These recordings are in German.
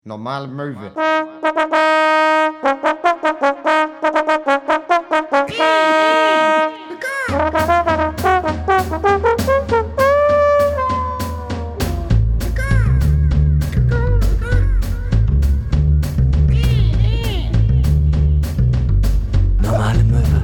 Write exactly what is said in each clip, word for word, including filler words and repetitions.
Normale Möwe. Normale Möwe.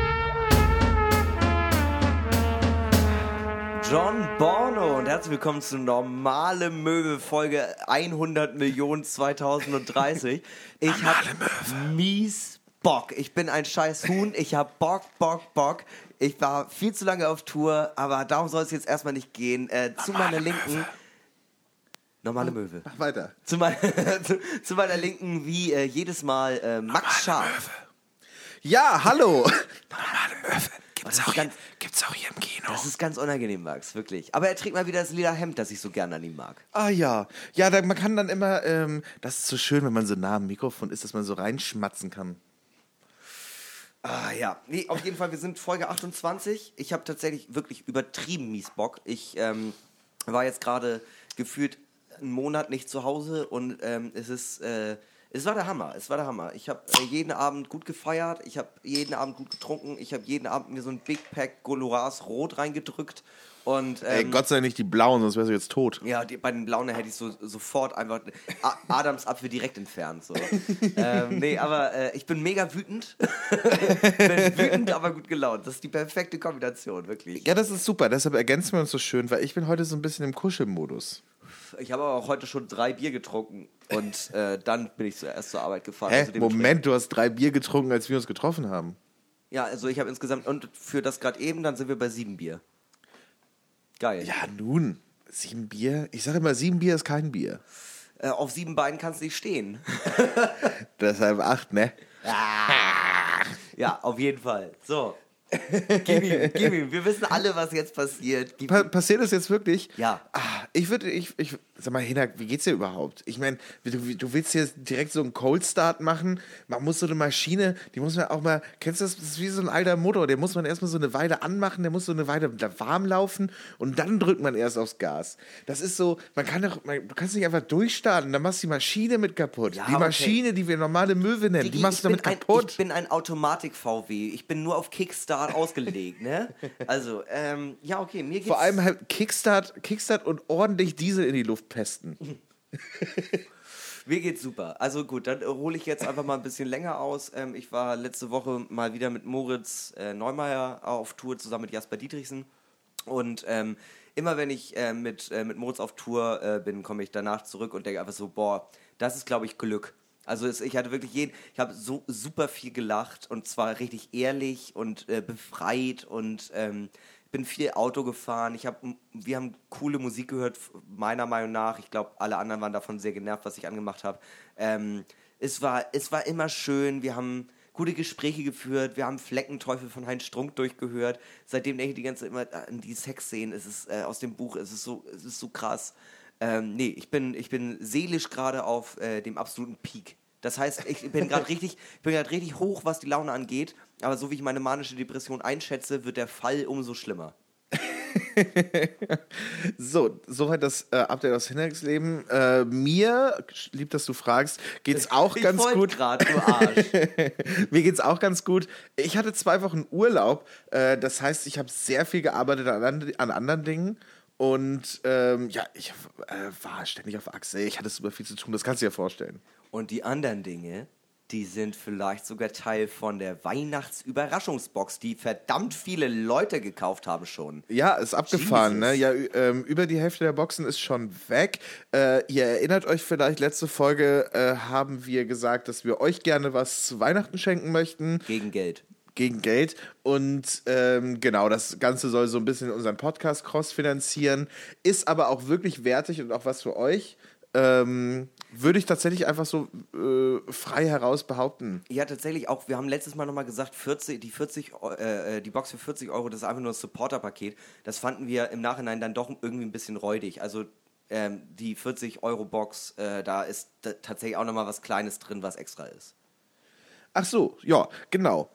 John Bono und herzlich willkommen zu Normale Möwe Folge hundert Millionen zweitausenddreißig. Ich hab mies Bock. Ich bin ein scheiß Huhn. Ich hab Bock, Bock, Bock. Ich war viel zu lange auf Tour, aber darum soll es jetzt erstmal nicht gehen. Äh, zu meiner Linken... Normale Möwe. Mach weiter. Zu, mein, zu, zu meiner Linken, wie äh, jedes Mal, äh, Max Scharf. Ja, hallo. Normale Möwe. Gibt's Das auch, ist hier, ganz- gibt's auch hier im Kino. Das ist ganz unangenehm, Max, wirklich. Aber er trägt mal wieder das lila Hemd, das ich so gerne an ihm mag. Ah ja. Ja, da, man kann dann immer, ähm, das ist so schön, wenn man so nah am Mikrofon ist, dass man so reinschmatzen kann. Ah ja, nee, auf jeden Fall, wir sind Folge achtundzwanzig. Ich habe tatsächlich wirklich übertrieben mies Bock. Ich ähm, war jetzt gerade gefühlt einen Monat nicht zu Hause und ähm, es ist, äh, es war der Hammer, es war der Hammer. Ich habe äh, jeden Abend gut gefeiert, ich habe jeden Abend gut getrunken, ich habe jeden Abend mir so ein Big Pack Goloras Rot reingedrückt und Ey, ähm, Gott sei Dank nicht die blauen, sonst wärst du jetzt tot. ja, die, bei den Blauen hätte ich so, sofort einfach A- Adams Apfel direkt entfernt. So. ähm, nee, aber äh, ich bin mega wütend. bin wütend, aber gut gelaunt. Das ist die perfekte Kombination, wirklich. Ja, das ist super, deshalb ergänzen wir uns so schön, weil ich bin heute so ein bisschen im Kuschelmodus. Ich habe aber auch heute schon drei Bier getrunken und äh, dann bin ich zuerst zur Arbeit gefahren. Hä? Also dementsprechend- Moment, du hast drei Bier getrunken, als wir uns getroffen haben. Ja, also ich habe insgesamt, und für das gerade eben, dann sind wir bei sieben Bier. Geil. Ja, nun, sieben Bier? Ich sage immer, sieben Bier ist kein Bier. Äh, auf sieben Beinen kannst du nicht stehen. Deshalb acht, ne? Ja, auf jeden Fall. So. Gib ihm, gib ihm. Wir wissen alle, was jetzt passiert. Gib Pa ihm. passiert das jetzt wirklich? Ja. Ah, ich würde, ich, ich, sag mal, Hinak, wie geht's dir überhaupt? Ich meine, du, du willst jetzt direkt so einen Cold Start machen. Man muss so eine Maschine, die muss man auch mal, kennst du das? Das ist wie so ein alter Motor, den muss man erstmal so eine Weile anmachen, der muss so eine Weile warm laufen und dann drückt man erst aufs Gas. Das ist so, man kann doch, man, du kannst nicht einfach durchstarten, dann machst du die Maschine mit kaputt. Ja, die okay. Maschine, die wir normale Möwe nennen, Digi, die machst ich du damit bin ein- kaputt. Ich bin ein Automatik-V W. Ich bin nur auf Kickstart ausgelegt, ne? Also, ähm, ja, okay, mir geht's... Vor allem halt Kickstart, Kickstart und ordentlich Diesel in die Luft pesten. Mir geht's super. Also gut, dann äh, hole ich jetzt einfach mal ein bisschen länger aus. Ähm, ich war letzte Woche mal wieder mit Moritz äh, Neumeier auf Tour zusammen mit Jasper Dietrichsen. Und ähm, immer wenn ich äh, mit, äh, mit Moritz auf Tour äh, bin, komme ich danach zurück und denke einfach so, boah, das ist, glaube ich, Glück. Also es, ich hatte wirklich jeden, ich habe so super viel gelacht und zwar richtig ehrlich und äh, befreit und ähm, bin viel Auto gefahren. Ich hab, wir haben coole Musik gehört, meiner Meinung nach. Ich glaube, alle anderen waren davon sehr genervt, was ich angemacht habe. Ähm, es war, es war immer schön. Wir haben gute Gespräche geführt. Wir haben Fleckenteufel von Heinz Strunk durchgehört. Seitdem denke ich die ganze Zeit immer an die Sexszenen. Es ist äh, aus dem Buch. Es ist so, es ist so krass. Ähm, nee, ich bin, ich bin seelisch gerade auf äh, dem absoluten Peak. Das heißt, ich bin gerade richtig, ich bin gerade richtig hoch, was die Laune angeht. Aber so wie ich meine manische Depression einschätze, wird der Fall umso schlimmer. So, soweit das äh, Update aus Hinaks Leben. Äh, mir, lieb, dass du fragst, geht's auch Ich ganz wollte gut. grad, du Arsch. Mir geht's auch ganz gut. Ich hatte zwei Wochen Urlaub. Äh, das heißt, ich habe sehr viel gearbeitet an, an, an anderen Dingen. Und ähm, ja, ich äh, war ständig auf Achse. Ich hatte super viel zu tun. Das kannst du dir vorstellen. Und die anderen Dinge, die sind vielleicht sogar Teil von der Weihnachtsüberraschungsbox, die verdammt viele Leute gekauft haben schon. Ja, ist abgefahren, Jesus. ne? Ja, ü- ähm, über die Hälfte der Boxen ist schon weg. Äh, ihr erinnert euch vielleicht, letzte Folge äh, haben wir gesagt, dass wir euch gerne was zu Weihnachten schenken möchten. Gegen Geld. Gegen Geld. Und ähm, genau, das Ganze soll so ein bisschen unseren Podcast cross-finanzieren. Ist aber auch wirklich wertig und auch was für euch. Ähm, würde ich tatsächlich einfach so äh, frei heraus behaupten. Ja, tatsächlich auch. Wir haben letztes Mal nochmal gesagt, vierzig, die, vierzig, äh, die Box für vierzig Euro, das ist einfach nur das Supporter-Paket. Das fanden wir im Nachhinein dann doch irgendwie ein bisschen räudig. Also ähm, die vierzig Euro Box, äh, da ist d- tatsächlich auch nochmal was Kleines drin, was extra ist. Ach so, ja, genau.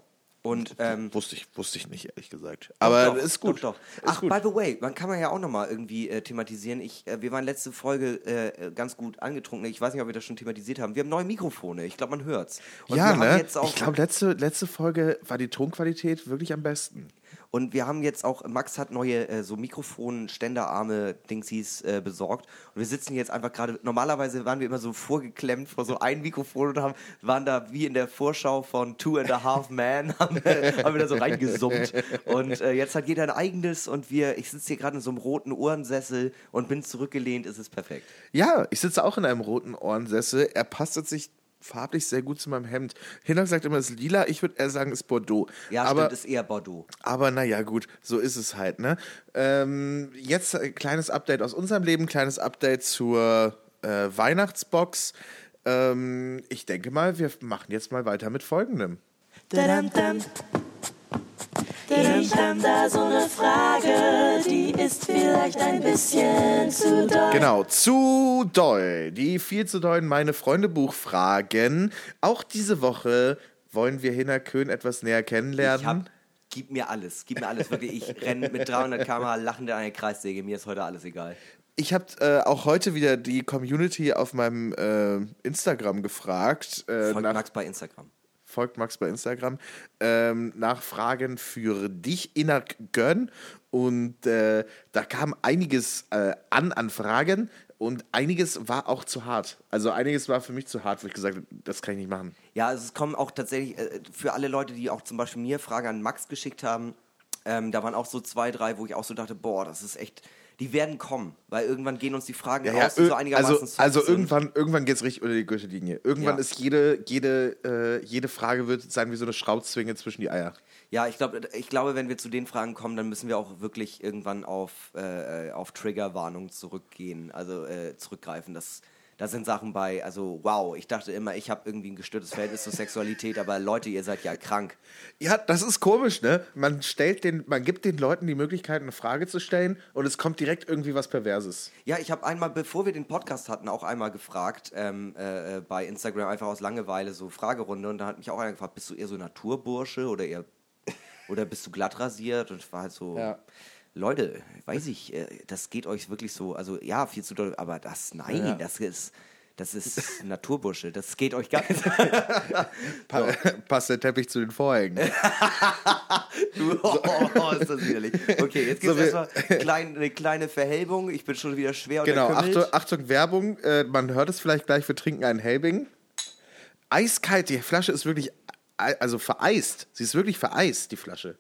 Und, ähm, wusste, ich, wusste ich nicht, ehrlich gesagt. Aber doch, ist gut. Doch, doch. Ist Ach, gut. by the way, man kann man ja auch nochmal irgendwie äh, thematisieren. Ich, äh, wir waren letzte Folge äh, ganz gut angetrunken. Ich weiß nicht, ob wir das schon thematisiert haben. Wir haben neue Mikrofone. Ich glaube, man hört's. Und Ja, wir haben ne? jetzt auch, Ich glaube, letzte, letzte Folge war die Tonqualität wirklich am besten. Und wir haben jetzt auch, Max hat neue äh, so Mikrofon-Ständerarme, Dingsies äh, besorgt. Und wir sitzen jetzt einfach gerade, normalerweise waren wir immer so vorgeklemmt vor so ein Mikrofon und haben, waren da wie in der Vorschau von Two and a Half Man, haben, wir- haben wir da so reingesummt. Und äh, jetzt hat jeder ein eigenes und wir, ich sitze hier gerade in so einem roten Ohrensessel und bin zurückgelehnt, es ist perfekt. Ja, ich sitze auch in einem roten Ohrensessel. Er passt sich farblich sehr gut zu meinem Hemd. Hinak sagt immer, es ist lila. Ich würde eher sagen, es ist Bordeaux. Ja, aber, stimmt, ist eher Bordeaux. Aber naja, gut, so ist es halt. Ne? Ähm, jetzt ein kleines Update aus unserem Leben, kleines Update zur äh, Weihnachtsbox. Ähm, ich denke mal, wir machen jetzt mal weiter mit Folgendem. Dadam-dam. Ich hab da so eine Frage, die ist vielleicht ein bisschen zu doll. Genau, zu doll. Die viel zu dollen meine Freunde Buchfragen. Auch diese Woche wollen wir Hinak Köhn etwas näher kennenlernen. Ich hab, gib mir alles, gib mir alles, wirklich. Ich renne mit dreihundert Kilometer pro Stunde lachend an eine Kreissäge, mir ist heute alles egal. Ich habe äh, auch heute wieder die Community auf meinem äh, Instagram gefragt. Äh, Folgt nach, Max bei Instagram. folgt Max bei Instagram. Ähm, nach Fragen für dich, Hinak Köhn. Und äh, da kam einiges äh, an an Fragen. Und einiges war auch zu hart. Also einiges war für mich zu hart, wo ich gesagt habe, das kann ich nicht machen. Ja, also es kommen auch tatsächlich äh, für alle Leute, die auch zum Beispiel mir Fragen an Max geschickt haben, ähm, da waren auch so zwei, drei, wo ich auch so dachte, boah, das ist echt, die werden kommen, weil irgendwann gehen uns die Fragen Ja, ja, aus, die so ir- einigermaßen also, soft also sind. irgendwann, irgendwann geht es richtig unter die Gürtellinie. Irgendwann Ja. ist jede, jede, äh, jede Frage wird sein wie so eine Schraubzwinge zwischen die Eier. Ja, ich, glaub, ich glaube, wenn wir zu den Fragen kommen, dann müssen wir auch wirklich irgendwann auf, äh, auf Triggerwarnungen zurückgehen, also äh, zurückgreifen. Das, da sind Sachen bei, also wow, ich dachte immer, ich habe irgendwie ein gestörtes Verhältnis zur Sexualität, aber Leute, ihr seid ja krank. Ja, das ist komisch, ne? Man stellt den, man gibt den Leuten die Möglichkeit, eine Frage zu stellen und es kommt direkt irgendwie was Perverses. Ja, ich habe einmal, bevor wir den Podcast hatten, auch einmal gefragt, ähm, äh, äh, bei Instagram einfach aus Langeweile so Fragerunde und da hat mich auch einer gefragt, bist du eher so Naturbursche oder eher oder bist du glatt rasiert? Und ich war halt so, Ja. Leute, weiß ich, äh, das geht euch wirklich so, also ja, viel zu doll, aber das, nein, Ja. das ist, das ist Naturbursche, das geht euch gar nicht. Pa Passt der Teppich zu den Vorhängen. Du, oh, oh, ist das widerlich. Okay, jetzt gibt So, es wir- erstmal klein, eine kleine Verhellbung, ich bin schon wieder schwer Genau, unterkümmelt. Achtung, Achtung, Werbung. Äh, man hört es vielleicht gleich, wir trinken einen Helbing. Eiskalt, die Flasche ist wirklich, ei- also vereist. Sie ist wirklich vereist, die Flasche.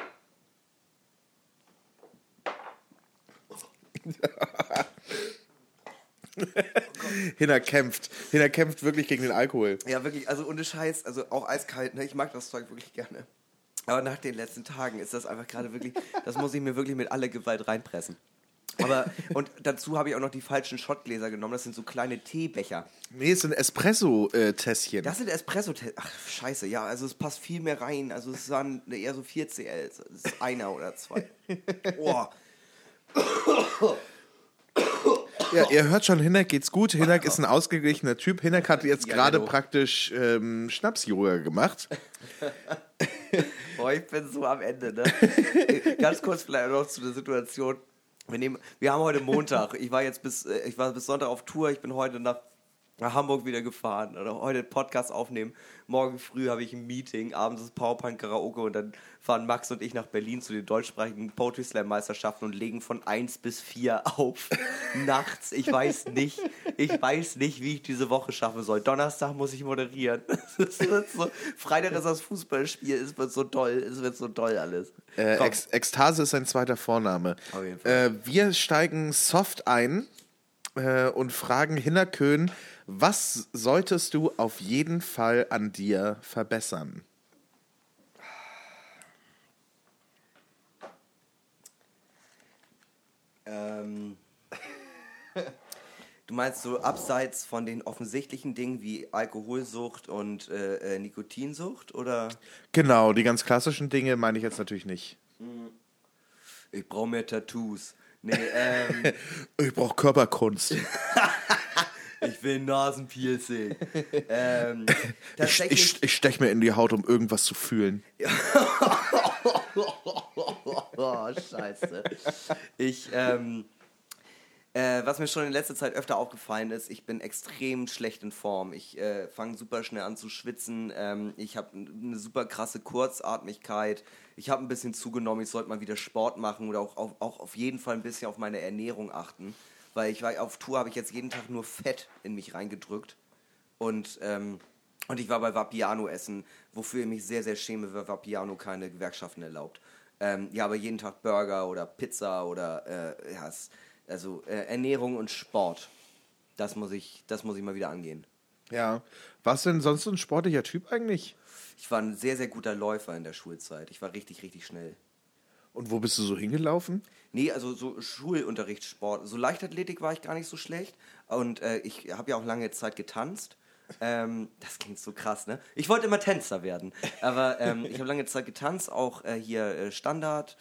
Hinner kämpft. Hinner kämpft wirklich gegen den Alkohol. Ja, wirklich, also ohne Scheiß, also auch eiskalt, ne? Ich mag das Zeug wirklich gerne. Aber nach den letzten Tagen ist das einfach gerade wirklich, das muss ich mir wirklich mit aller Gewalt reinpressen. Aber, und dazu habe ich auch noch die falschen Schottgläser genommen, das sind so kleine Teebecher. Nee, es sind Espresso-Tässchen. Das sind espresso Ach, scheiße, ja, also es passt viel mehr rein, also es waren eher so vier C L, es ist einer oder zwei. Oh. Ja, ihr hört schon, Hinak geht's gut. Hinak ist ein ausgeglichener Typ. Hinak hat jetzt Ja, gerade genau. praktisch ähm, Schnapsjura gemacht. Boah, ich bin so am Ende, ne? Ganz kurz vielleicht noch zu der Situation. Wir, nehmen, wir haben heute Montag. Ich war jetzt bis, äh, ich war bis Sonntag auf Tour. Ich bin heute nach, nach Hamburg wieder gefahren. Oder heute Podcast aufnehmen. Morgen früh habe ich ein Meeting. Abends ist Powerpunk Karaoke. Und dann fahren Max und ich nach Berlin zu den deutschsprachigen Poetry Slam Meisterschaften und legen von eins bis vier auf. Nachts. Ich weiß nicht. Ich weiß nicht, wie ich diese Woche schaffen soll. Donnerstag muss ich moderieren. Es wird so, Freitag ist das Fußballspiel. Es wird so toll. Es wird so toll alles. Äh, Komm. Ex Ekstase ist sein zweiter Vorname. Auf jeden Fall. Äh, wir steigen soft ein äh, und fragen Hinak Köhn, was solltest du auf jeden Fall an dir verbessern? Ähm, du meinst so abseits von den offensichtlichen Dingen wie Alkoholsucht und äh, äh, Nikotinsucht oder? Genau, die ganz klassischen Dinge meine ich jetzt natürlich nicht. Ich brauche mehr Tattoos. Nee, ähm, Ich brauche Körperkunst. Ich will ein Nasenpiercing. ähm, Ich, tatsächlich, ich, ich stech mir in die Haut, um irgendwas zu fühlen. oh, scheiße. Ich, ähm, äh, was mir schon in letzter Zeit öfter aufgefallen ist, ich bin extrem schlecht in Form. Ich äh, fange super schnell an zu schwitzen. Ähm, ich habe eine super krasse Kurzatmigkeit. Ich habe ein bisschen zugenommen. Ich sollte mal wieder Sport machen oder auch, auch, auch auf jeden Fall ein bisschen auf meine Ernährung achten. Weil ich war auf Tour, habe ich jetzt jeden Tag nur Fett in mich reingedrückt. Und, ähm, und ich war bei Vapiano essen, wofür ich mich sehr, sehr schäme, weil Vapiano keine Gewerkschaften erlaubt. Ähm, ja, aber jeden Tag Burger oder Pizza oder äh, ja, es, also äh, Ernährung und Sport. Das muss ich, das muss ich mal wieder angehen. Ja. Warst du denn sonst so ein sportlicher Typ eigentlich? Ich war ein sehr, sehr guter Läufer in der Schulzeit. Ich war richtig, richtig schnell. Und wo bist du so hingelaufen? Nee, also so Schulunterrichtssport. So Leichtathletik war ich gar nicht so schlecht. Und äh, ich habe ja auch lange Zeit getanzt. Ähm, das klingt so krass, ne? Ich wollte immer Tänzer werden. Aber ähm, ich habe lange Zeit getanzt, auch äh, hier äh, Standard.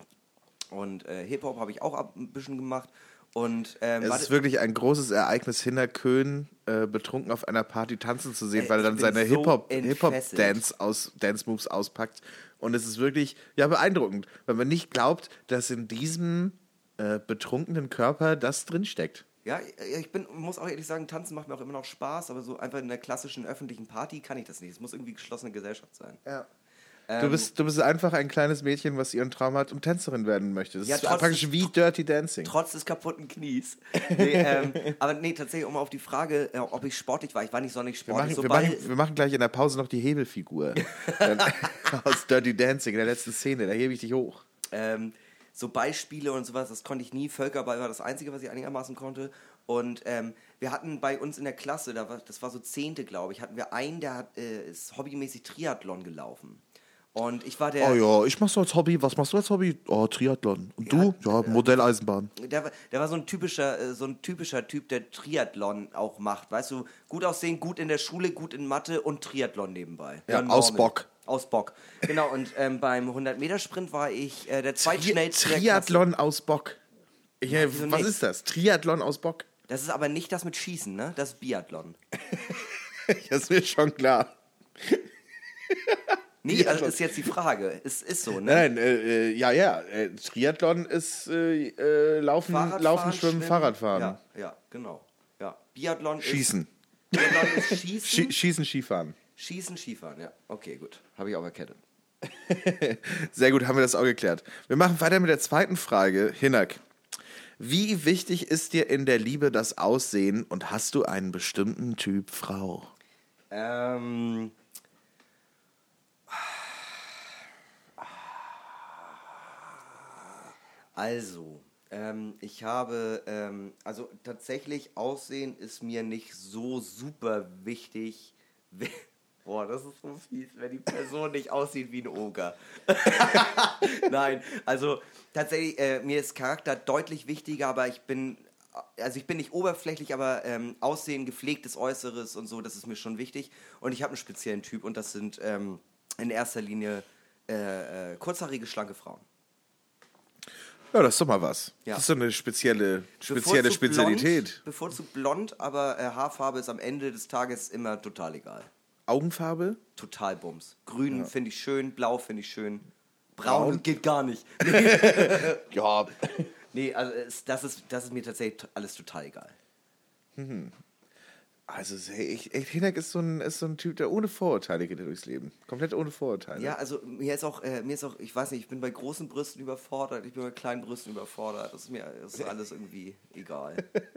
Und äh, Hip-Hop habe ich auch ab, ein bisschen gemacht. Und, ähm, Es warte- ist wirklich ein großes Ereignis, Hinner Köhn äh, betrunken auf einer Party tanzen zu sehen, Ey, weil er ich dann bin seine so Hip-Hop entfesselt. Hip-Hop-Dance aus, Dance-Moves auspackt. Und es ist wirklich ja, beeindruckend, weil man nicht glaubt, dass in diesem äh, betrunkenen Körper das drinsteckt. Ja, ich bin, muss auch ehrlich sagen, tanzen macht mir auch immer noch Spaß, aber so einfach in der klassischen öffentlichen Party kann ich das nicht. Es muss irgendwie geschlossene Gesellschaft sein. Ja. Ähm, Du bist, du bist einfach ein kleines Mädchen, was ihren Traum hat und Tänzerin werden möchte. Das Ja, ist trotz- praktisch wie Dirty Dancing. Trotz des kaputten Knies. Nee, ähm, aber nee, tatsächlich, um auf die Frage, äh, ob ich sportlich war, ich war nicht sonderlich Wir sportlich. machen, wir, Sobald- machen, wir machen gleich in der Pause noch die Hebelfigur Dann, aus Dirty Dancing in der letzten Szene. Da hebe ich dich hoch. Ähm, so Beispiele und sowas, das konnte ich nie. Völkerball war das Einzige, was ich einigermaßen konnte. Und ähm, wir hatten bei uns in der Klasse, da war, das war so Zehnte, glaube ich, hatten wir einen, der hat, äh, ist hobbymäßig Triathlon gelaufen. Und ich war der... Oh ja, ich mach's so als Hobby. Was machst du als Hobby? Oh, Triathlon. Und du? Ja, Modelleisenbahn. Der, war- der war so ein typischer, äh, so ein typischer Typ, der Triathlon auch macht. Weißt du, gut aussehen, gut in der Schule, gut in Mathe und Triathlon nebenbei. Ja, normal. aus Bock. Aus Bock. Genau, und ähm, beim hundert-Meter-Sprint war ich äh, der zweitschnellste der Klasse. Triathlon aus Bock. Ich, äh, wieso was nicht? ist das? Triathlon aus Bock? Das ist aber nicht das mit Schießen, ne? Das ist Biathlon. Das ist mir schon klar. Nee, Biathlon. also ist jetzt die Frage. Es ist so, ne? Nein, äh, äh, ja, ja. Äh, Triathlon ist äh, äh, Laufen, Fahrradfahren, Laufen, Schwimmen, Fahrradfahren. Ja, ja, genau. Ja. Biathlon Schießen. ist... Biathlon ist Schießen. Schie Schießen, Skifahren. Schießen, Skifahren, ja. Okay, gut. Habe ich auch erkannt. Sehr gut, haben wir das auch geklärt. Wir machen weiter mit der zweiten Frage. Hinak, wie wichtig ist dir in der Liebe das Aussehen und hast du einen bestimmten Typ Frau? Ähm... Also, ähm, ich habe, ähm, also tatsächlich Aussehen ist mir nicht so super wichtig. Boah, das ist so fies, wenn die Person nicht aussieht wie ein Oger. Nein, also tatsächlich, äh, mir ist Charakter deutlich wichtiger, aber ich bin, also ich bin nicht oberflächlich, aber ähm, Aussehen, gepflegtes Äußeres und so, das ist mir schon wichtig. Und ich habe einen speziellen Typ und das sind ähm, in erster Linie äh, äh, kurzhaarige, schlanke Frauen. Ja, das ist doch mal was. Ja. Das ist so eine spezielle, spezielle Bevorzugt Spezialität. Blond, bevorzugt blond, aber äh, Haarfarbe ist am Ende des Tages immer total egal. Augenfarbe? Total Bums. Grün Ja. finde ich schön, blau finde ich schön. Braun, Braun? geht gar nicht. Ja. Nee, also es, das, ist, das ist mir tatsächlich t- alles total egal. Also, ich, ich, Hinak ist so, ein, ist so ein Typ, der ohne Vorurteile geht durchs Leben. Komplett ohne Vorurteile. Ja, also mir ist auch, äh, mir ist auch, ich weiß nicht, ich bin bei großen Brüsten überfordert, ich bin bei kleinen Brüsten überfordert. Das ist mir das ist alles irgendwie egal.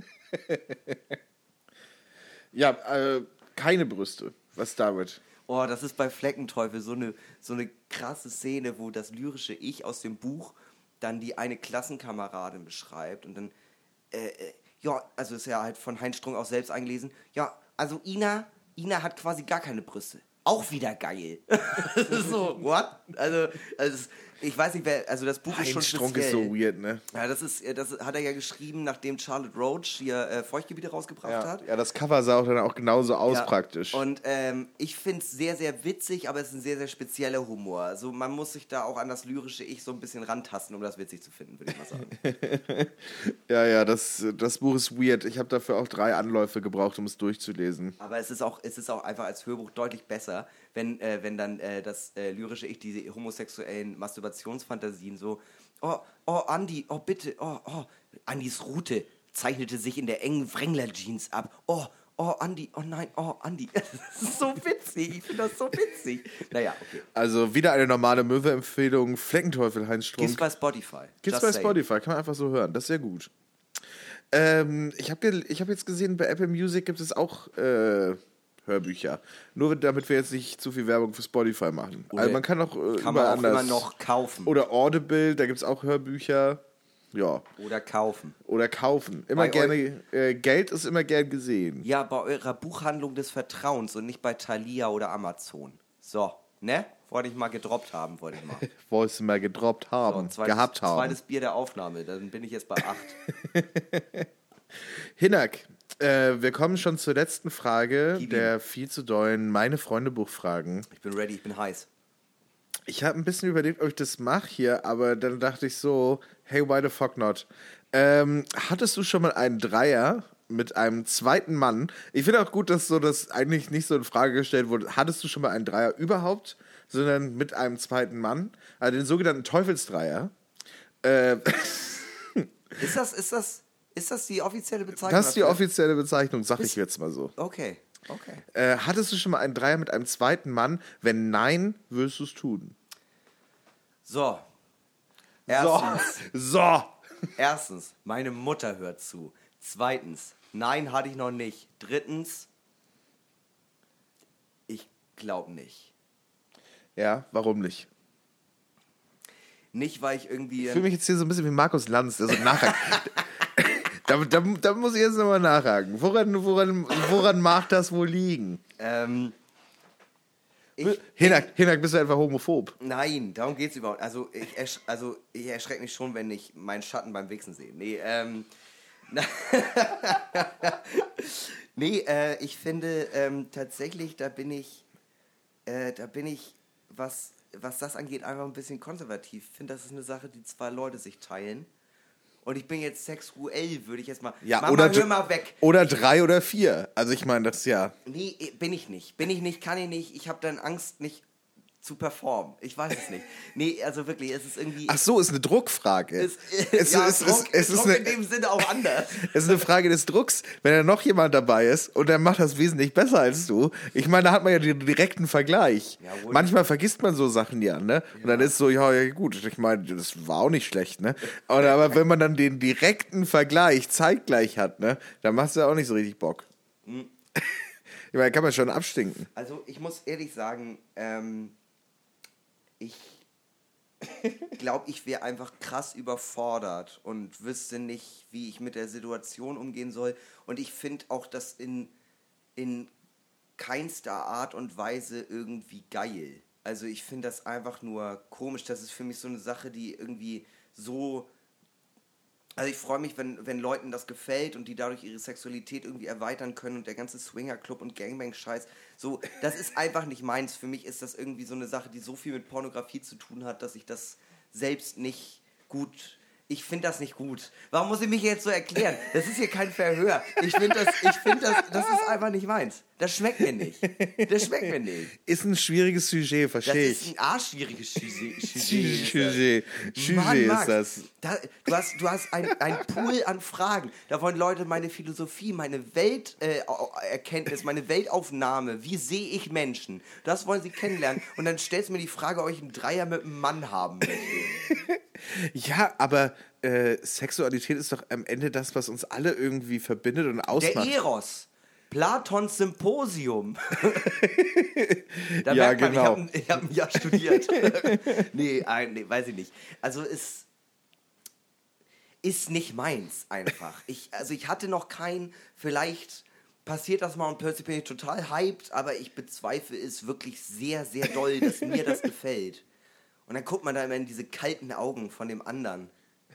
Ja, äh, keine Brüste. Was damit? Oh, das ist bei Fleckenteufel so eine, so eine krasse Szene, wo das lyrische Ich aus dem Buch dann die eine Klassenkameradin beschreibt und dann, äh, äh, ja, also ist ja halt von Heinz Strunk auch selbst eingelesen, ja, also Ina, Ina hat quasi gar keine Brüste. Auch wieder geil. Das ist so, what? Also, also es, ich weiß nicht, wer, also das Buch ist schon Weinstrunk speziell. ist so weird, ne? Ja, das ist, das hat er ja geschrieben, nachdem Charlotte Roach hier äh, Feuchtgebiete rausgebracht Ja. hat. ja, das Cover sah auch dann auch genauso aus Ja, praktisch. Und ähm, ich finde es sehr, sehr witzig, aber es ist ein sehr, sehr spezieller Humor. Also man muss sich da auch an das lyrische Ich so ein bisschen rantasten, um das witzig zu finden, würde ich mal sagen. ja, ja, das, das Buch ist weird. Ich habe dafür auch drei Anläufe gebraucht, um es durchzulesen. Aber es ist auch, es ist auch einfach als Hörbuch deutlich besser, wenn, äh, wenn dann äh, das äh, lyrische Ich, diese homosexuellen Masturbationsfantasien so, oh, oh, Andi, oh, bitte, oh, oh, Andis Rute zeichnete sich in der engen Wrangler-Jeans ab. Oh, oh, Andi, oh nein, oh, Andi. Das ist so witzig, ich finde das so witzig. Naja, okay. Also wieder eine normale Möwe-Empfehlung. Fleckenteufel, Heinz Strunk. Gibt's bei Spotify. Gibt's Just bei saying. Spotify, kann man einfach so hören. Das ist sehr gut. Ähm, ich habe ge- ich hab jetzt gesehen, bei Apple Music gibt es auch äh, Hörbücher. Nur damit wir jetzt nicht zu viel Werbung für Spotify machen. Oder also man kann auch äh, Kann überall man auch anders. immer noch kaufen. Oder Audible, da gibt es auch Hörbücher. Ja. Oder kaufen. Oder kaufen. Immer Bei gerne, äh, Geld ist immer gern gesehen. Ja, bei eurer Buchhandlung des Vertrauens und nicht bei Thalia oder Amazon. So, ne? Wollte ich mal gedroppt haben, wollte ich mal. Wolltest du mal gedroppt So, haben, zweites, gehabt haben. zweites Bier der Aufnahme, dann bin ich jetzt bei acht. Hinak, äh, wir kommen schon zur letzten Frage Gib ihm. der viel zu dollen Meine-Freunde-Buchfragen. Ich bin ready, ich bin heiß. Ich habe ein bisschen überlegt, ob ich das mache hier, aber dann dachte ich so, hey, why the fuck not? Ähm, hattest du schon mal einen Dreier mit einem zweiten Mann? Ich finde auch gut, dass so das eigentlich nicht so in Frage gestellt wurde. Hattest du schon mal einen Dreier überhaupt, sondern mit einem zweiten Mann? Also den sogenannten Teufelsdreier. Äh, Ist das, ist das, ist das die offizielle Bezeichnung? das ist die dafür? offizielle Bezeichnung, sag ich jetzt mal so. Okay, okay. Äh, hattest du schon mal einen Dreier mit einem zweiten Mann? Wenn nein, würdest du es tun? So. Erstens, So. erstens, meine Mutter hört zu. Zweitens, nein, hatte ich noch nicht. Drittens, ich glaube nicht. Ja, warum nicht? Nicht, weil ich irgendwie... Ich fühle mich jetzt hier so ein bisschen wie Markus Lanz, der so nachhakt. da, da, da muss ich jetzt nochmal nachhaken. Woran, woran, woran mag das wohl liegen? ähm, ich, Hinak, Hinak, bist du einfach homophob? Nein, darum geht's überhaupt. Also ich, ersch also ich erschrecke mich schon, wenn ich meinen Schatten beim Wichsen sehe. Nee, ähm... nee, äh, ich finde ähm, tatsächlich, da bin ich, äh, da bin ich, was, was das angeht, einfach ein bisschen konservativ. Ich finde, das ist eine Sache, die zwei Leute sich teilen. Und ich bin jetzt sexuell, würde ich jetzt mal... Ja, Mama, oder, hör mal weg. oder drei oder vier. Also ich meine, das ist ja... Nee, bin ich nicht. Bin ich nicht, kann ich nicht. Ich habe dann Angst, nicht zu performen. Ich weiß es nicht. Nee, also wirklich, es ist irgendwie... Ach so, ist eine Druckfrage. es, es, ja, es, es, Druck, es ist Druck eine, in dem Sinne auch anders. es ist eine Frage des Drucks. Wenn da noch jemand dabei ist und der macht das wesentlich besser als du, ich meine, da hat man ja den direkten Vergleich. Jawohl. Manchmal vergisst man so Sachen ja, ne? Und dann ist so, ja, ja gut, ich meine, das war auch nicht schlecht, ne? Aber, aber wenn man dann den direkten Vergleich zeitgleich hat, ne, dann machst du ja auch nicht so richtig Bock. Mhm. Ich meine, kann man schon abstinken. Also ich muss ehrlich sagen, ähm, ich glaube, ich wäre einfach krass überfordert und wüsste nicht, wie ich mit der Situation umgehen soll. Und ich finde auch das in, in keinster Art und Weise irgendwie geil. Also ich finde das einfach nur komisch. Das ist für mich so eine Sache, die irgendwie so... Also ich freue mich, wenn, wenn Leuten das gefällt und die dadurch ihre Sexualität irgendwie erweitern können und der ganze Swingerclub und Gangbang-Scheiß. So, das ist einfach nicht meins. Für mich ist das irgendwie so eine Sache, die so viel mit Pornografie zu tun hat, dass ich das selbst nicht gut... Ich finde das nicht gut. Warum muss ich mich jetzt so erklären? Das ist hier kein Verhör. Ich finde das, ich finde das, das ist einfach nicht meins. Das schmeckt mir nicht. Das schmeckt mir nicht. Ist ein schwieriges Sujet, Das verstehe ist ich. ein arschschwieriges Sujet. Sujet. Sujet Mann, ist Max, das. Da, du hast, du hast ein, ein Pool an Fragen. Da wollen Leute meine Philosophie, meine Welterkenntnis, äh, meine Weltaufnahme, wie sehe ich Menschen, das wollen sie kennenlernen. Und dann stellst du mir die Frage, ob ich einen Dreier mit einem Mann haben möchte. Ja, aber äh, Sexualität ist doch am Ende das, was uns alle irgendwie verbindet und Der ausmacht. Eros. Platons Symposium. Da Ja, merkt man, genau. ich habe hab ein Jahr studiert. nee, ein, nee, weiß ich nicht. Also es ist nicht meins einfach. Ich, also ich hatte noch keinen, vielleicht passiert das mal und plötzlich bin ich total hyped, aber ich bezweifle es wirklich sehr, sehr doll, dass mir das gefällt. Und dann guckt man da immer in diese kalten Augen von dem anderen.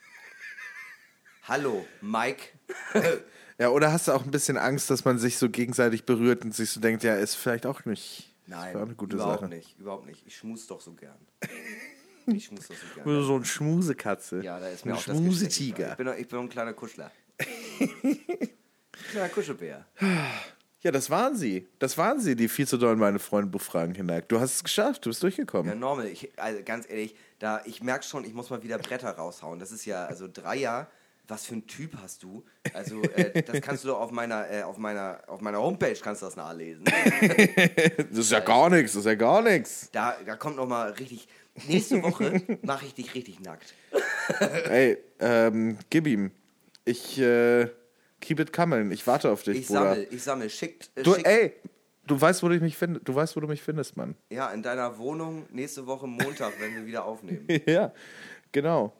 Hallo, Mike. Ja, oder hast du auch ein bisschen Angst, dass man sich so gegenseitig berührt und sich so denkt, ja, ist vielleicht auch nicht Nein, auch eine gute überhaupt Sache. nicht, überhaupt nicht. Ich schmus doch so gern. Ich schmus doch so gern. Oder so ein Schmusekatze. Ja, da ist mir ein auch das Geschlecht Schmusetiger. egal. Ich bin, doch- ich bin ein kleiner Kuschler. Kleiner Kuschelbär. Ja, das waren sie. Das waren sie, die viel zu doll meine Freunde befragen, Hinak. Du hast es geschafft, du bist durchgekommen. Ja, normal. Ich, also ganz ehrlich, da, ich merke schon, ich muss mal wieder Bretter raushauen. Das ist ja, also Dreier, was für ein Typ hast du? Also, äh, das kannst du doch auf meiner, äh, auf meiner, auf meiner Homepage kannst du das nachlesen. Das ist ja gar nichts, das ist ja gar nichts. Da, da kommt noch mal richtig. Nächste Woche mache ich dich richtig nackt. Ey, ähm, gib ihm. Ich, äh, keep it coming. Ich warte auf dich, Ich Bruder. sammel, ich sammel. Schickt, äh, Du, schickt, ey, du weißt, wo du mich findest. Du weißt, wo du mich findest, Mann. Ja, in deiner Wohnung nächste Woche Montag, wenn wir wieder aufnehmen. Ja, genau.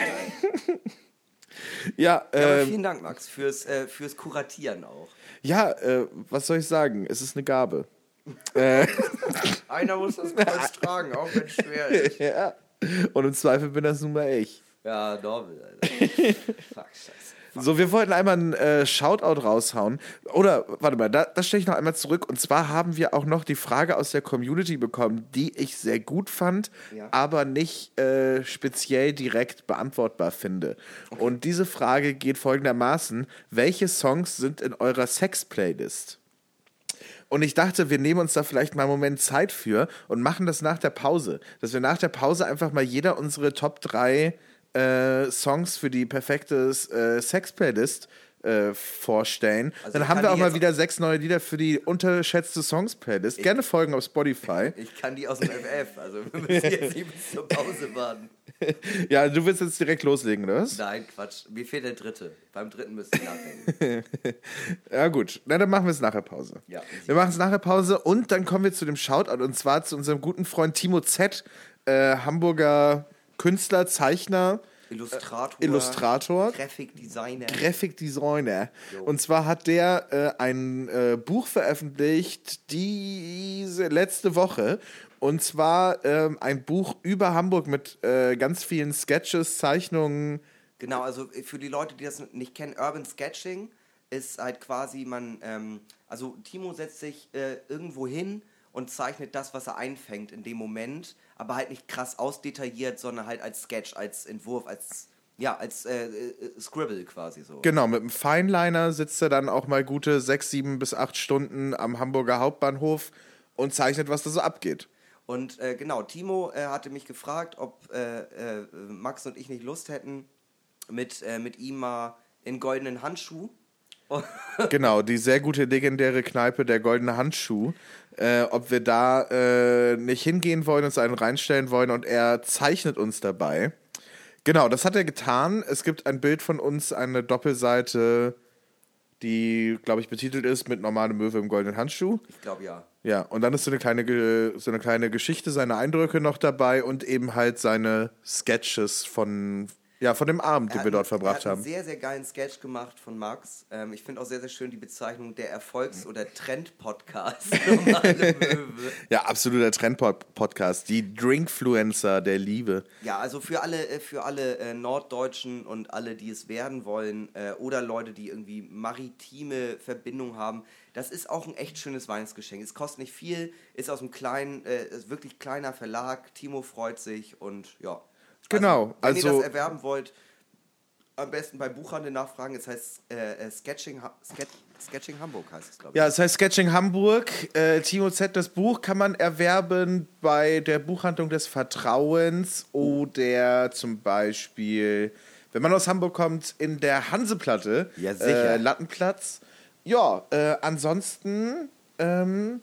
ja, Ja, aber ähm, vielen Dank, Max, fürs, äh, fürs Kuratieren auch. ja, äh, was soll ich sagen? Es ist eine Gabe. äh, Einer muss das Kreuz tragen, auch wenn es schwer ist. ja. Und im Zweifel bin das nun mal ich. Ja, Normal, Alter. Fuck, scheiße. So, wir wollten einmal einen äh, Shoutout raushauen. Oder, warte mal, da, das stelle ich noch einmal zurück. Und zwar haben wir auch noch die Frage aus der Community bekommen, die ich sehr gut fand, Ja. aber nicht äh, speziell direkt beantwortbar finde. Und diese Frage geht folgendermaßen: Welche Songs sind in eurer Sex-Playlist? Und ich dachte, wir nehmen uns da vielleicht mal einen Moment Zeit für und machen das nach der Pause. Dass wir nach der Pause einfach mal jeder unsere Top drei äh, Songs für die perfekte äh, Sex-Playlist äh, vorstellen. Also Dann ich haben kann wir auch die mal jetzt- wieder sechs neue Lieder für die unterschätzte Songs-Playlist. Gerne folgen auf Spotify. Ich kann die aus dem F F, also wir müssen jetzt nicht bis zur Pause warten. Ja, du willst jetzt direkt loslegen, oder was? Nein, Quatsch. Mir fehlt der dritte. Beim dritten müsst ihr nachdenken. Ja, gut. Na, dann machen wir es nach der Pause. Ja. Wir machen es nach der Pause und dann kommen wir zu dem Shoutout und zwar zu unserem guten Freund Timo Z., äh, Hamburger Künstler, Zeichner, Illustrator. Illustrator. Graphic Designer. Graphic Designer. Jo. Und zwar hat der äh, ein äh, Buch veröffentlicht diese letzte Woche. Und zwar ähm, ein Buch über Hamburg mit äh, ganz vielen Sketches, Zeichnungen. Genau, also für die Leute, die das nicht kennen, Urban Sketching ist halt quasi, man, ähm, also Timo setzt sich äh, irgendwo hin und zeichnet das, was er einfängt in dem Moment, aber halt nicht krass ausdetailliert, sondern halt als Sketch, als Entwurf, als, ja, als äh, äh, Scribble quasi so. Genau, mit einem Fineliner sitzt er dann auch mal gute sechs, sieben bis acht Stunden am Hamburger Hauptbahnhof und zeichnet, was da so abgeht. Und äh, genau, Timo äh, hatte mich gefragt, ob äh, äh, Max und ich nicht Lust hätten, mit, äh, mit ihm mal in goldenen Handschuh. Genau, die sehr gute legendäre Kneipe, der Goldene Handschuh. Äh, ob wir da äh, nicht hingehen wollen, uns einen reinstellen wollen und er zeichnet uns dabei. Genau, das hat er getan. Es gibt ein Bild von uns, eine Doppelseite, die, glaube ich, betitelt ist mit normale Möwe im goldenen Handschuh. Ich glaube ja. Ja, und dann ist so eine kleine, Ge- so eine kleine Geschichte, seine Eindrücke noch dabei und eben halt seine Sketches von, ja, von dem Abend, Er den hat wir dort einen- verbracht er hat einen haben. sehr, sehr geilen Sketch gemacht von Max. Ähm, ich finde auch sehr, sehr schön die Bezeichnung der Erfolgs- oder Trend-Podcast. Normale Möwe. Ja, absoluter Trend-Podcast. Die Drinkfluencer der Liebe. Ja, also für alle, äh, für alle äh, Norddeutschen und alle, die es werden wollen, äh, oder Leute, die irgendwie maritime Verbindung haben, das ist auch ein echt schönes Weihnachtsgeschenk. Es kostet nicht viel, ist aus einem kleinen, äh, ist wirklich kleiner Verlag. Timo freut sich und ja. Genau, Also, wenn ihr also- das erwerben wollt, am besten beim Buchhandel nachfragen. Es heißt äh, äh, Sketching, Ha- Ske- Sketching Hamburg heißt es, glaube ich. Ja, es heißt Sketching Hamburg. Äh, Timo Z., das Buch kann man erwerben bei der Buchhandlung des Vertrauens oder zum Beispiel, wenn man aus Hamburg kommt, in der Hanseplatte. Ja, sicher. Äh, Lattenplatz. Ja, äh, ansonsten, ähm,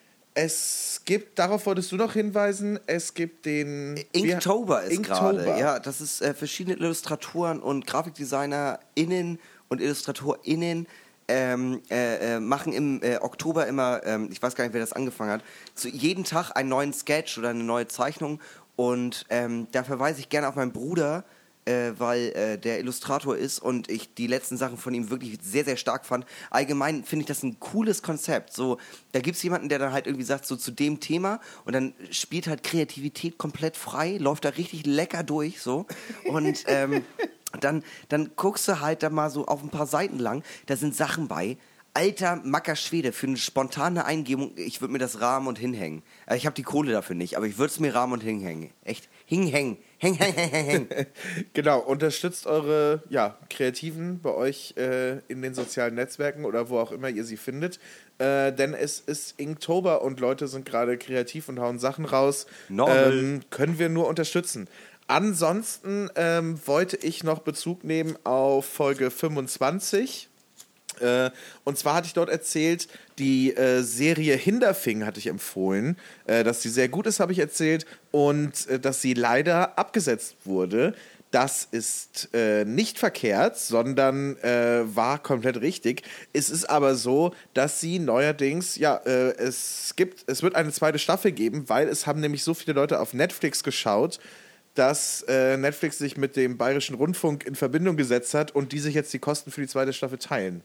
es gibt, darauf wolltest du noch hinweisen, es gibt den... Inktober ist Inktober. gerade. Ja, das ist äh, verschiedene Illustratoren und GrafikdesignerInnen und IllustratorInnen ähm, äh, äh, machen im äh, Oktober immer, ähm, ich weiß gar nicht, wer das angefangen hat, zu jeden Tag einen neuen Sketch oder eine neue Zeichnung. Und ähm, da verweise ich gerne auf meinen Bruder, äh, weil äh, der Illustrator ist und ich die letzten Sachen von ihm wirklich sehr, sehr stark fand. Allgemein finde ich das ein cooles Konzept. So, da gibt es jemanden, der dann halt irgendwie sagt, so zu dem Thema und dann spielt halt Kreativität komplett frei, läuft da richtig lecker durch, so. Und ähm, dann, dann guckst du halt da mal so auf ein paar Seiten lang, da sind Sachen bei. Alter Macker Schwede, für eine spontane Eingebung, ich würde mir das rahmen und hinhängen. Ich habe die Kohle dafür nicht, aber ich würde es mir rahmen und hinhängen. Echt, hinhängen. Häng, häng, häng, häng, häng. Genau, unterstützt eure ja, Kreativen bei euch äh, in den sozialen Netzwerken oder wo auch immer ihr sie findet. Äh, denn es ist Inktober und Leute sind gerade kreativ und hauen Sachen raus. Ähm, können wir nur unterstützen. Ansonsten ähm, wollte ich noch Bezug nehmen auf Folge fünfundzwanzig. Äh, und zwar hatte ich dort erzählt, die äh, Serie Hinderfing hatte ich empfohlen, äh, dass sie sehr gut ist, habe ich erzählt, und äh, dass sie leider abgesetzt wurde. Das ist äh, nicht verkehrt, sondern äh, war komplett richtig. Es ist aber so, dass sie neuerdings, ja, äh, es gibt, es wird eine zweite Staffel geben, weil es haben nämlich so viele Leute auf Netflix geschaut, dass äh, Netflix sich mit dem Bayerischen Rundfunk in Verbindung gesetzt hat und die sich jetzt die Kosten für die zweite Staffel teilen.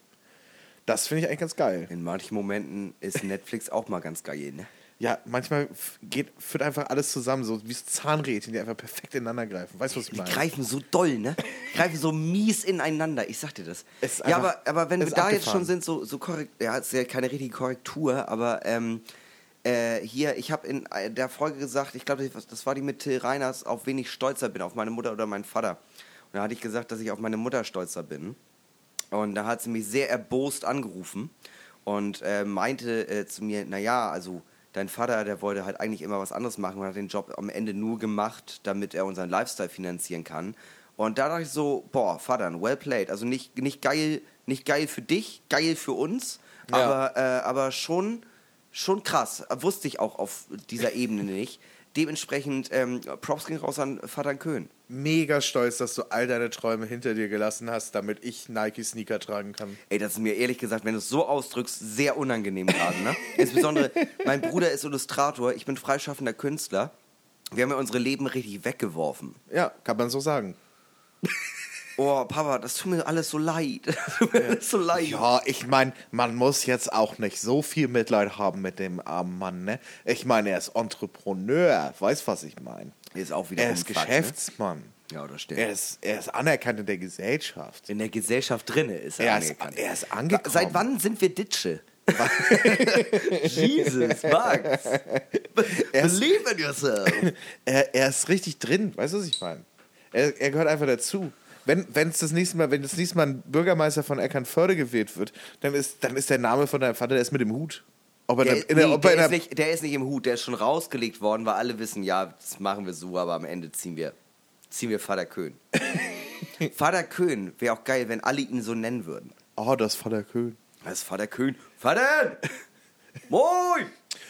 Das finde ich eigentlich ganz geil. In manchen Momenten ist Netflix auch mal ganz geil, ne? Ja, manchmal geht, führt einfach alles zusammen, so wie Zahnrädchen, die einfach perfekt ineinander greifen. Weißt du, was ich meine? Die greifen so doll, ne? Die greifen so mies ineinander, ich sag dir das. Es ist ja, einfach- aber, aber wenn es wir ist da jetzt abgefahren. schon sind, so, so korrekt, ja, es ist ja keine richtige Korrektur, aber ähm, äh, hier, ich habe in der Folge gesagt, ich glaube, das war die mit Till Reiners, auf wen ich stolzer bin, auf meine Mutter oder meinen Vater. Und da hatte ich gesagt, dass ich auf meine Mutter stolzer bin. Und da hat sie mich sehr erbost angerufen und äh, meinte äh, zu mir, naja, also dein Vater, der wollte halt eigentlich immer was anderes machen und hat den Job am Ende nur gemacht, damit er unseren Lifestyle finanzieren kann. Und da dachte ich so, boah, Vater, well played. Also nicht, nicht geil, nicht geil für dich, geil für uns, Ja. aber, äh, aber schon, schon krass. Wusste ich auch auf dieser Ebene nicht. Dementsprechend ähm, Props ging raus an Vater Köhn. Mega stolz, dass du all deine Träume hinter dir gelassen hast, damit ich Nike-Sneaker tragen kann. Ey, das ist mir ehrlich gesagt, wenn du es so ausdrückst, sehr unangenehm gerade, ne? Insbesondere, mein Bruder ist Illustrator, ich bin freischaffender Künstler. Wir haben ja unsere Leben richtig weggeworfen. Ja, kann man so sagen. Oh, Papa, das tut mir alles so leid. Das tut mir alles so leid. Ja, ich meine, man muss jetzt auch nicht so viel Mitleid haben mit dem armen Mann, ne? Ich meine, er ist Entrepreneur, weißt was ich meine? Ist auch wieder Er ist Umfuck, Geschäftsmann. Ne? Ja, das stimmt. Er ist, er ist anerkannt in der Gesellschaft. In der Gesellschaft drinne ist er, Er ist, anerkannt. er ist angekommen. Seit wann sind wir Ditsche? Jesus, Max. Believe in yourself. Er, er ist richtig drin, weißt du, was ich meine? Er, er gehört einfach dazu. Wenn, wenn's das nächste Mal, wenn das nächste Mal ein Bürgermeister von Eckernförde gewählt wird, dann ist, dann ist der Name von deinem Vater, der ist mit dem Hut. Ob er Der, in der, nee, ob er der, in der, ist nicht, der ist nicht im Hut, der ist schon rausgelegt worden, weil alle wissen, ja, das machen wir so, aber am Ende ziehen wir, ziehen wir Vater Köhn. Vater Köhn wäre auch geil, wenn alle ihn so nennen würden. oh, das ist Vater Köhn. Das ist Vater Köhn. Vater! Moin!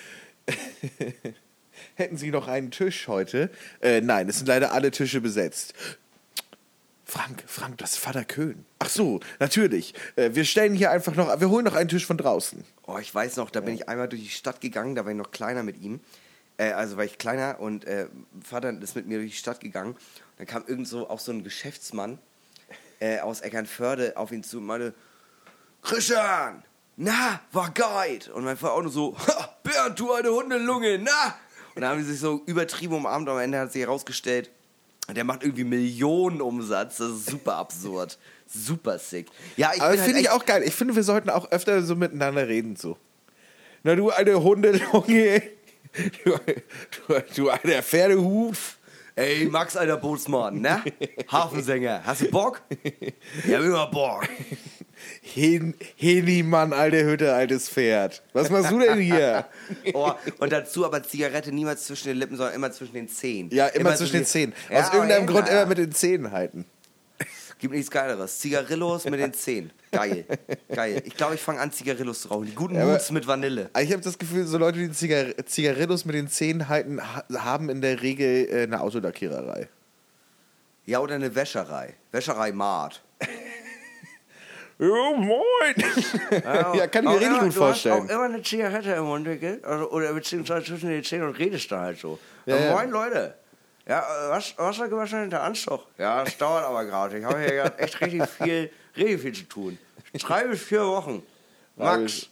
Hätten Sie noch einen Tisch heute? Äh, nein, es sind leider alle Tische besetzt. Frank, Frank, das ist Vater Köhn. Ach so, natürlich. Äh, wir stellen hier einfach noch, wir holen noch einen Tisch von draußen. Oh, ich weiß noch, da bin ich einmal durch die Stadt gegangen, da war ich noch kleiner mit ihm. Äh, also war ich kleiner und äh, Vater ist mit mir durch die Stadt gegangen. Dann kam irgend so auch so ein Geschäftsmann äh, aus Eckernförde auf ihn zu und meinte, Christian, na, war geil. Und mein Vater auch nur so, ha, Bernd, du eine Hundelunge, na. Und dann haben die sich so übertrieben umarmt und am Ende hat sich herausgestellt, der macht irgendwie Millionen Umsatz. Das ist super absurd. Super sick. Ja, ich Aber bin halt finde ich echt- auch geil. Ich finde, wir sollten auch öfter so miteinander reden. So. Na, du eine Hundelunge. Du, du, du alter Pferdehuf. Ey, Max, alter Bootsmann, ne? Hafensänger, hast du Bock? Ja, immer Bock. Hen, Henimann, alte Hütte, altes Pferd. Was machst du denn hier? Oh, und dazu aber Zigarette niemals zwischen den Lippen, sondern immer zwischen den Zähnen. Ja, immer, zwischen den Zähnen. Ja, Aus irgendeinem aber Grund ja. immer mit den Zähnen halten. Gibt nichts Geileres. Zigarillos mit den Zähnen. Geil. Geil. Ich glaube, ich fange an, Zigarillos zu rauchen. Die guten aber- Moods mit Vanille. Ich habe das Gefühl, so Leute, die Zigar Zigarillos mit den Zähnen halten, ha haben in der Regel äh, eine Autolackiererei. Ja, oder eine Wäscherei. Wäscherei Mart. Ja, moin! Ja, kann ich mir Auch richtig immer, gut du vorstellen. hast auch immer eine Zigarette im Mund, gell? Also, oder beziehungsweise zwischen den Zähnen und redest da halt so. Ja, Ja, ja. moin, Leute. Ja, äh, was, Wasser gewaschen der Anstoch. Ja, das dauert aber gerade. Ich habe hier gerade echt richtig viel, richtig viel zu tun. Drei bis vier Wochen. Max.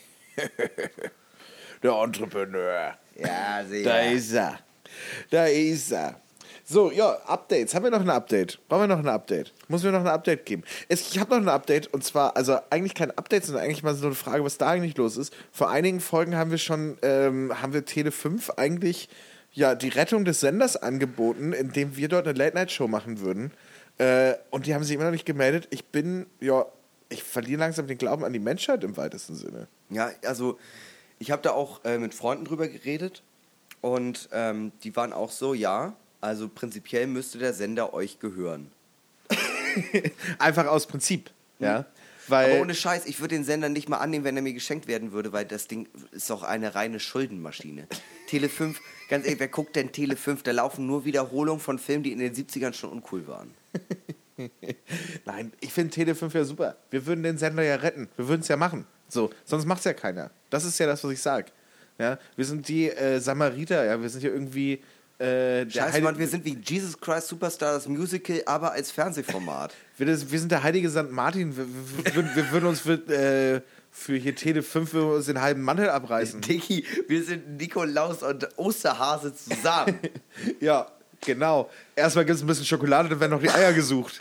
Der Entrepreneur. Ja, sehr. Da ist er. Da ist er. So, ja, Updates. Haben wir noch ein Update? Brauchen wir noch ein Update? Muss mir noch ein Update geben? Es, ich habe noch ein Update und zwar, also eigentlich kein Update, sondern eigentlich mal so eine Frage, was da eigentlich los ist. Vor einigen Folgen haben wir schon, ähm, haben wir Tele fünf eigentlich ja die Rettung des Senders angeboten, indem wir dort eine Late-Night-Show machen würden. Äh, und die haben sich immer noch nicht gemeldet. Ich bin, ja, ich verliere langsam den Glauben an die Menschheit im weitesten Sinne. Ja, also ich habe da auch äh, mit Freunden drüber geredet und ähm, die waren auch so, ja, also prinzipiell müsste der Sender euch gehören. Einfach aus Prinzip, ja. Weil Aber ohne Scheiß, ich würde den Sender nicht mal annehmen, wenn er mir geschenkt werden würde, weil das Ding ist doch eine reine Schuldenmaschine. Tele fünf, ganz ehrlich, wer guckt denn Tele fünf? Da laufen nur Wiederholungen von Filmen, die in den siebzigern schon uncool waren. Nein, ich finde Tele fünf ja super. Wir würden den Sender ja retten. Wir würden es ja machen. So, sonst macht es ja keiner. Das ist ja das, was ich sage. Ja, wir sind die äh, Samariter, ja, wir sind hier irgendwie äh, der Scheiße, Heilige- Mann, wir sind wie Jesus Christ Superstar, das Musical, aber als Fernsehformat. wir, das, wir sind der heilige Sankt Martin. Wir, wir, wir, wir würden uns für, äh, für hier Tele fünf würden wir uns den halben Mantel abreißen. Dicky, wir sind Nikolaus und Osterhase zusammen. Ja, genau. Erstmal gibt es ein bisschen Schokolade, dann werden noch die Eier gesucht.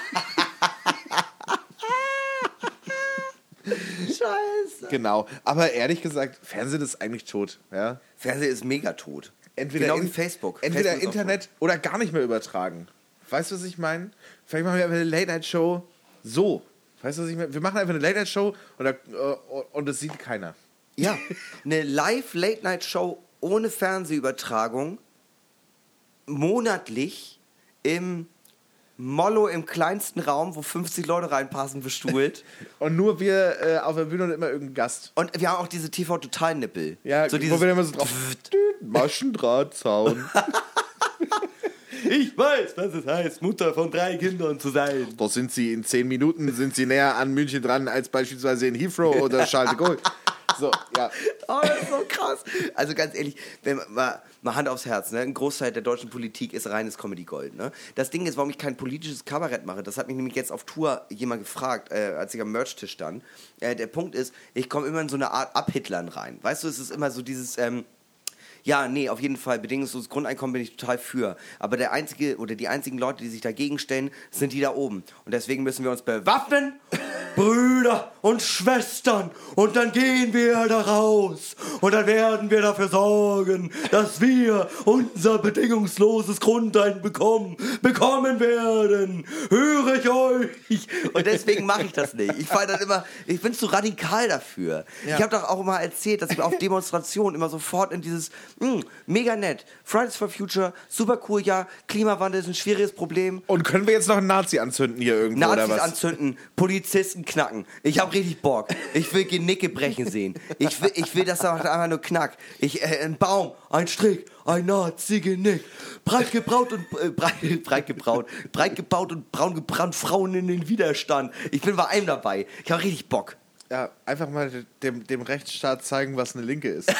Scheiße. Genau. Aber ehrlich gesagt, Fernsehen ist eigentlich tot. Ja? Fernsehen ist mega tot. Entweder genau in, wie Facebook. Entweder Facebook ist auch Internet oder gar nicht mehr übertragen. Weißt du, was ich meine? Vielleicht machen wir einfach eine Late-Night-Show so. Weißt du, was ich meine? Wir machen einfach eine Late-Night-Show und, da, äh, und das sieht keiner. tot. Ja, eine Live-Late-Night-Show ohne Fernsehübertragung, monatlich im Mollo im kleinsten Raum, wo fünfzig Leute reinpassen, bestuhlt. Und nur wir äh, auf der Bühne und immer irgendein Gast. Und wir haben auch diese T V-Total-Nippel. Ja, so wo dieses wir dann immer so drauf... Maschendrahtzaun. Ich weiß, was es heißt, Mutter von drei Kindern zu sein. Da sind sie in zehn Minuten sind sie näher an München dran als beispielsweise in Heathrow oder Charles de Gaulle. So, ja. Oh, das ist so krass. Also ganz ehrlich, wenn man mal, mal Hand aufs Herz, ne? Ein Großteil der deutschen Politik ist reines Comedy-Gold. Ne? Das Ding ist, warum ich kein politisches Kabarett mache, das hat mich nämlich jetzt auf Tour jemand gefragt, äh, als ich am Merch-Tisch stand. Äh, der Punkt ist, ich komme immer in so eine Art Abhitlern rein. Weißt du, es ist immer so dieses... Ähm, Ja, nee, auf jeden Fall. Bedingungsloses Grundeinkommen bin ich total für. Aber der einzige oder die einzigen Leute, die sich dagegen stellen, sind die da oben. Und deswegen müssen wir uns bewaffnen, Brüder und Schwestern. Und dann gehen wir da raus. Und dann werden wir dafür sorgen, dass wir unser bedingungsloses Grundeinkommen bekommen, bekommen werden. Höre ich euch? Und deswegen mache ich das nicht. Ich fahre dann immer, ich bin zu radikal dafür. Ja. Ich habe doch auch immer erzählt, dass ich auf Demonstrationen immer sofort in dieses Mh, mega nett. Fridays for Future, super cool, ja. Klimawandel ist ein schwieriges Problem. Und können wir jetzt noch einen Nazi anzünden hier irgendwo Nazis oder was? anzünden, Polizisten knacken. Ich habe richtig Bock. Ich will Genicke brechen sehen. Ich will, ich will, dass da einfach nur knackt. Ich, äh, ein Baum, ein Strick, ein Nazi-Genick. Breit gebraut und äh, breit, breit gebraut, breit gebaut und braun gebrannt. Frauen in den Widerstand. Ich bin bei einem dabei. Ich habe richtig Bock. Ja, einfach mal dem, dem Rechtsstaat zeigen, was eine Linke ist.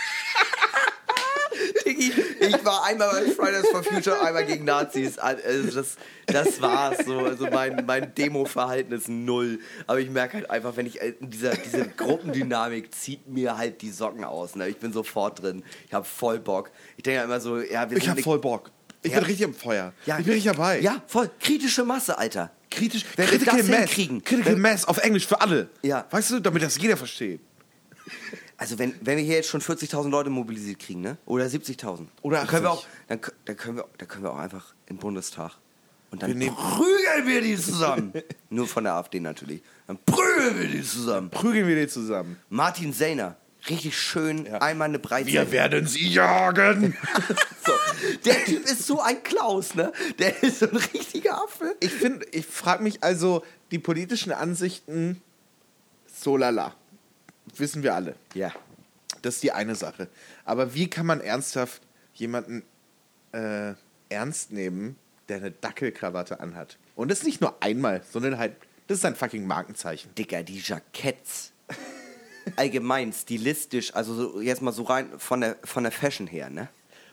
Diggi, ich war einmal bei Fridays for Future, einmal gegen Nazis. Also das, das war's. So. Also mein, mein Demo-Verhalten ist null. Aber ich merke halt einfach, wenn ich in dieser diese Gruppendynamik zieht mir halt die Socken aus. Ne? Ich bin sofort drin. Ich habe voll Bock. Ich denke ja immer so, ja, wir Ich sind hab eine- voll Bock. Ich Ja. bin richtig am Feuer. Ja, ich bin richtig dabei. Ja, voll. Kritische Masse, Alter. Kritisch, Wenn wir Critical das Mass. hinkriegen. Critical Wenn- Mass auf Englisch für alle. Ja. Weißt du, damit das jeder versteht. Also wenn, wenn wir hier jetzt schon vierzigtausend Leute mobilisiert kriegen, ne? Oder siebzigtausend. Oder dann können wir auch, achtzig. dann, k- dann, können wir, dann können wir auch einfach in den Bundestag. Und dann Wir nehmen- prügeln wir die zusammen. Nur von der AfD natürlich. Dann prügeln wir die zusammen. Prügeln wir die zusammen. Martin Sellner. Richtig schön, Ja. einmal eine Breite. Wir werden sie jagen. So. Der Typ ist so ein Klaus, ne? Der ist so ein richtiger Affe. Ich finde, ich frage mich also, die politischen Ansichten, so lala. Wissen wir alle. Ja. Das ist die eine Sache. Aber wie kann man ernsthaft jemanden äh, ernst nehmen, der eine Dackelkrawatte anhat? Und das nicht nur einmal, sondern halt, das ist ein fucking Markenzeichen. Digga, die Jacketts. Allgemein, stilistisch, also so, jetzt mal so rein von der, von der Fashion her, ne?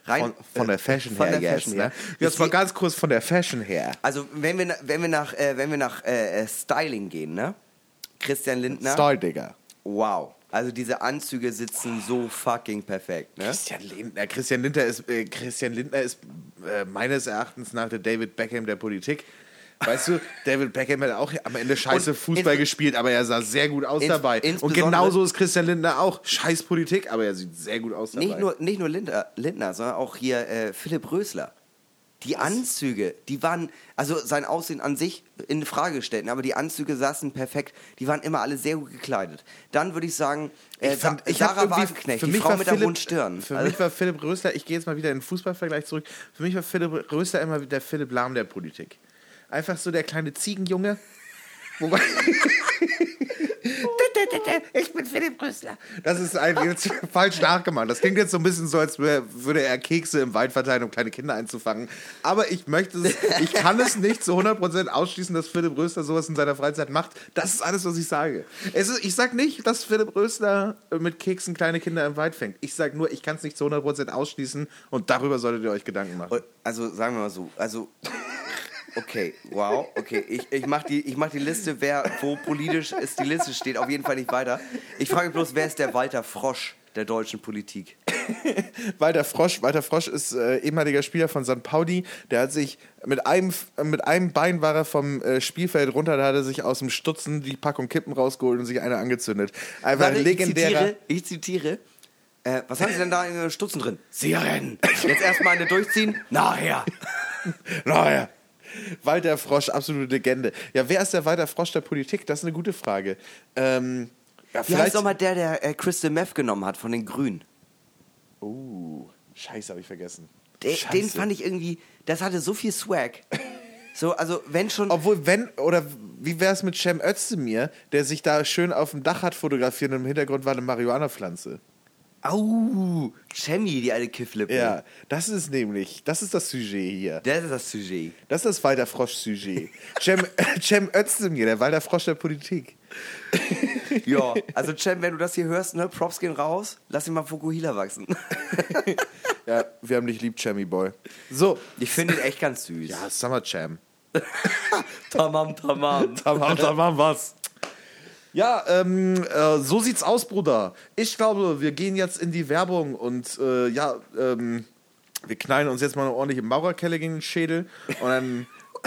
Rein, Von, von der Fashion von her der jetzt, Fashion ne? her. Jetzt mal ganz kurz von der Fashion her. Also wenn wir, wenn wir nach, äh, wenn wir nach äh, Styling gehen, ne? Christian Lindner. Style, Digga. Wow. Also diese Anzüge sitzen so fucking perfekt, ne? Christian Lindner. Christian Lindner ist, äh, Christian Lindner ist äh, meines Erachtens nach der David Beckham der Politik. Weißt du, David Beckham hat auch am Ende scheiße Und Fußball ins- gespielt, aber er sah sehr gut aus ins- dabei. Und insbesondere- genauso ist Christian Lindner auch. Scheiß Politik, aber er sieht sehr gut aus dabei. Nicht nur, nicht nur Lindner, Lindner, sondern auch hier äh, Philipp Rösler. Die Anzüge, die waren, also sein Aussehen an sich in Frage gestellt, aber die Anzüge saßen perfekt. Die waren immer alle sehr gut gekleidet. Dann würde ich sagen, äh, Ich fand- Sa- ich hab Sarah irgendwie- Wagenknecht, für die mich Frau war mit der Philipp- runden Stirn. Für Also- mich war Philipp Rösler, ich gehe jetzt mal wieder in den Fußballvergleich zurück, für mich war Philipp Rösler immer der Philipp Lahm der Politik. Einfach so der kleine Ziegenjunge. Wobei. Ich bin Philipp Rösler. Das ist ein, jetzt falsch nachgemacht. Das klingt jetzt so ein bisschen so, als wär- würde er Kekse im Wald verteilen, um kleine Kinder einzufangen. Aber ich möchte es, ich kann es nicht zu hundert Prozent ausschließen, dass Philipp Rösler sowas in seiner Freizeit macht. Das ist alles, was ich sage. Es ist, ich sage nicht, dass Philipp Rösler mit Keksen kleine Kinder im Wald fängt. Ich sage nur, ich kann es nicht zu hundert Prozent ausschließen und darüber solltet ihr euch Gedanken machen. Also sagen wir mal so, also okay, wow, okay, ich, ich mache die, ich mach die Liste, wer wo politisch ist, die Liste steht auf jeden Fall nicht weiter. Ich frage mich bloß, wer ist der Walter Frosch der deutschen Politik? Walter Frosch, Walter Frosch ist äh, ehemaliger Spieler von Sankt Pauli. Der hat sich mit einem, mit einem Bein war er vom äh, Spielfeld runter, da hat er sich aus dem Stutzen die Packung Kippen rausgeholt und sich eine angezündet. Einfach Warte, ein legendärer. Ich zitiere, ich zitiere äh, was haben Sie denn da in den Stutzen drin? Zigaretten. Jetzt erstmal eine durchziehen? Nachher. Naja. Walter Frosch, absolute Legende. Ja, wer ist der Walter Frosch der Politik? Das ist eine gute Frage. Ähm, ja, Wie heißt vielleicht. doch mal der, der äh, Crystal Meth genommen hat von den Grünen? Oh, Scheiße, habe ich vergessen. Den, Scheiße. den fand ich irgendwie, das hatte so viel Swag. So, also wenn schon. Obwohl, wenn, oder wie wäre es mit Cem Özdemir, der sich da schön auf dem Dach hat fotografiert und im Hintergrund war eine Marihuana-Pflanze. Au, Chemie, die alte Kifflippe. Ja, das ist nämlich, das ist das Sujet hier. Das ist das Sujet. Das ist das Walter Frosch-Sujet. Cem, Cem Özdemir, der Walter Frosch der Politik. Ja, also Cem, wenn du das hier hörst, ne, Props gehen raus, lass ihn mal Fukuhila wachsen. Ja, wir haben dich lieb, Cemmy Boy. So. Ich finde ihn echt ganz süß. Ja, Summer Cem. tamam, tamam. Tamam, tamam, was? Ja, ähm, äh, so sieht's aus, Bruder. Ich glaube, wir gehen jetzt in die Werbung und äh, ja, ähm, wir knallen uns jetzt mal eine ordentliche Maurerkelle gegen den Schädel und dann,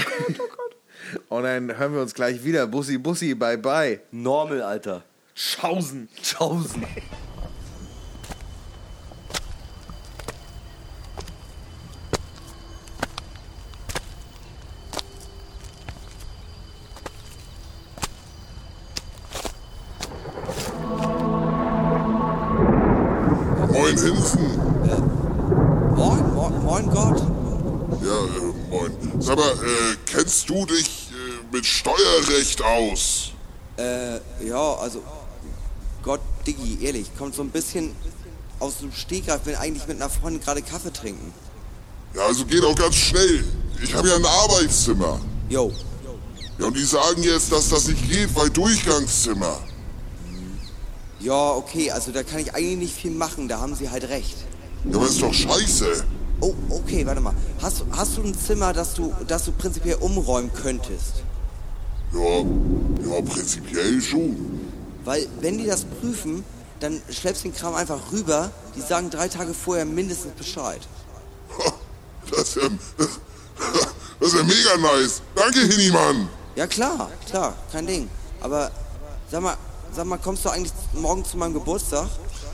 und dann hören wir uns gleich wieder. Bussi, Bussi, bye, bye. Normal, Alter. Schausen. Schausen. Moin Hinsen. Moin, moin, moin Gott. Ja, äh, moin. Sag mal, äh, kennst du dich äh, mit Steuerrecht aus? Äh, ja, also, Gott, Diggi, ehrlich, kommt so ein bisschen aus dem Stegreif, bin eigentlich mit einer Freundin gerade Kaffee trinken. Ja, also geht auch ganz schnell. Ich habe ja ein Arbeitszimmer. Yo, Ja, und die sagen jetzt, dass das nicht geht, weil Durchgangszimmer. ja, okay, also da kann ich eigentlich nicht viel machen, da haben sie halt recht. Ja, aber ist doch scheiße. Oh, okay, warte mal. Hast, du- hast du ein Zimmer, das du, das du prinzipiell umräumen könntest? Ja, ja, prinzipiell schon. Weil, wenn die das prüfen, dann schleppst du den Kram einfach rüber, die sagen drei Tage vorher mindestens Bescheid. Ha, Das ist ja, das ist ja mega nice. Danke, Hinnimann. Ja klar, klar, kein Ding. Aber sag mal, sag mal, kommst du eigentlich morgen zu meinem Geburtstag?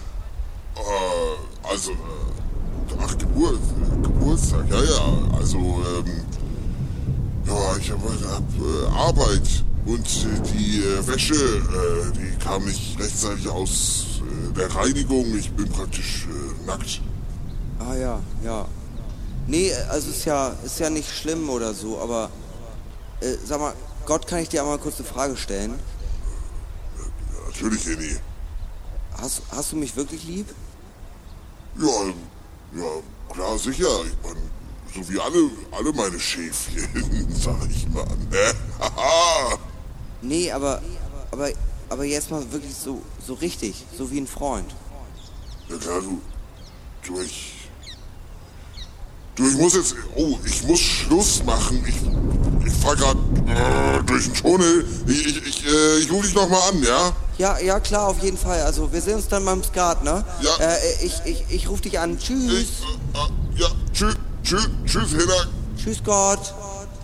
Äh, also, äh, ach, Geburt, Geburtstag, ja, ja. Also, ähm, ja, ich habe hab, äh, Arbeit und äh, die äh, Wäsche, äh, die kam nicht rechtzeitig aus äh, der Reinigung. Ich bin praktisch äh, nackt. Ah ja, ja. Nee, also ist ja, ist ja nicht schlimm oder so, aber äh, sag mal, Gott, kann ich dir einmal kurz eine Frage stellen? Ja, natürlich, Henny. Hast, hast du mich wirklich lieb? Ja, ja, klar, sicher. Ich mein, so wie alle, alle meine Schäfchen, sag ich mal. Ne? Haha. Nee, aber, aber, aber jetzt mal wirklich so, so richtig, so wie ein Freund. Ja klar, du, du, ich, Du, ich muss jetzt, oh, ich muss Schluss machen. Ich, ich fahr grad äh, durch den Tunnel. Ich, ich, ich, äh, ich rufe dich nochmal an, ja? Ja, ja, klar, auf jeden Fall. Also, wir sehen uns dann beim Skat, ne? Ja. Äh, ich, ich, ich rufe dich an. Tschüss. Ich, äh, äh, ja, tschüss, tschüss, tschüss, Hinak. Tschüss, Gott.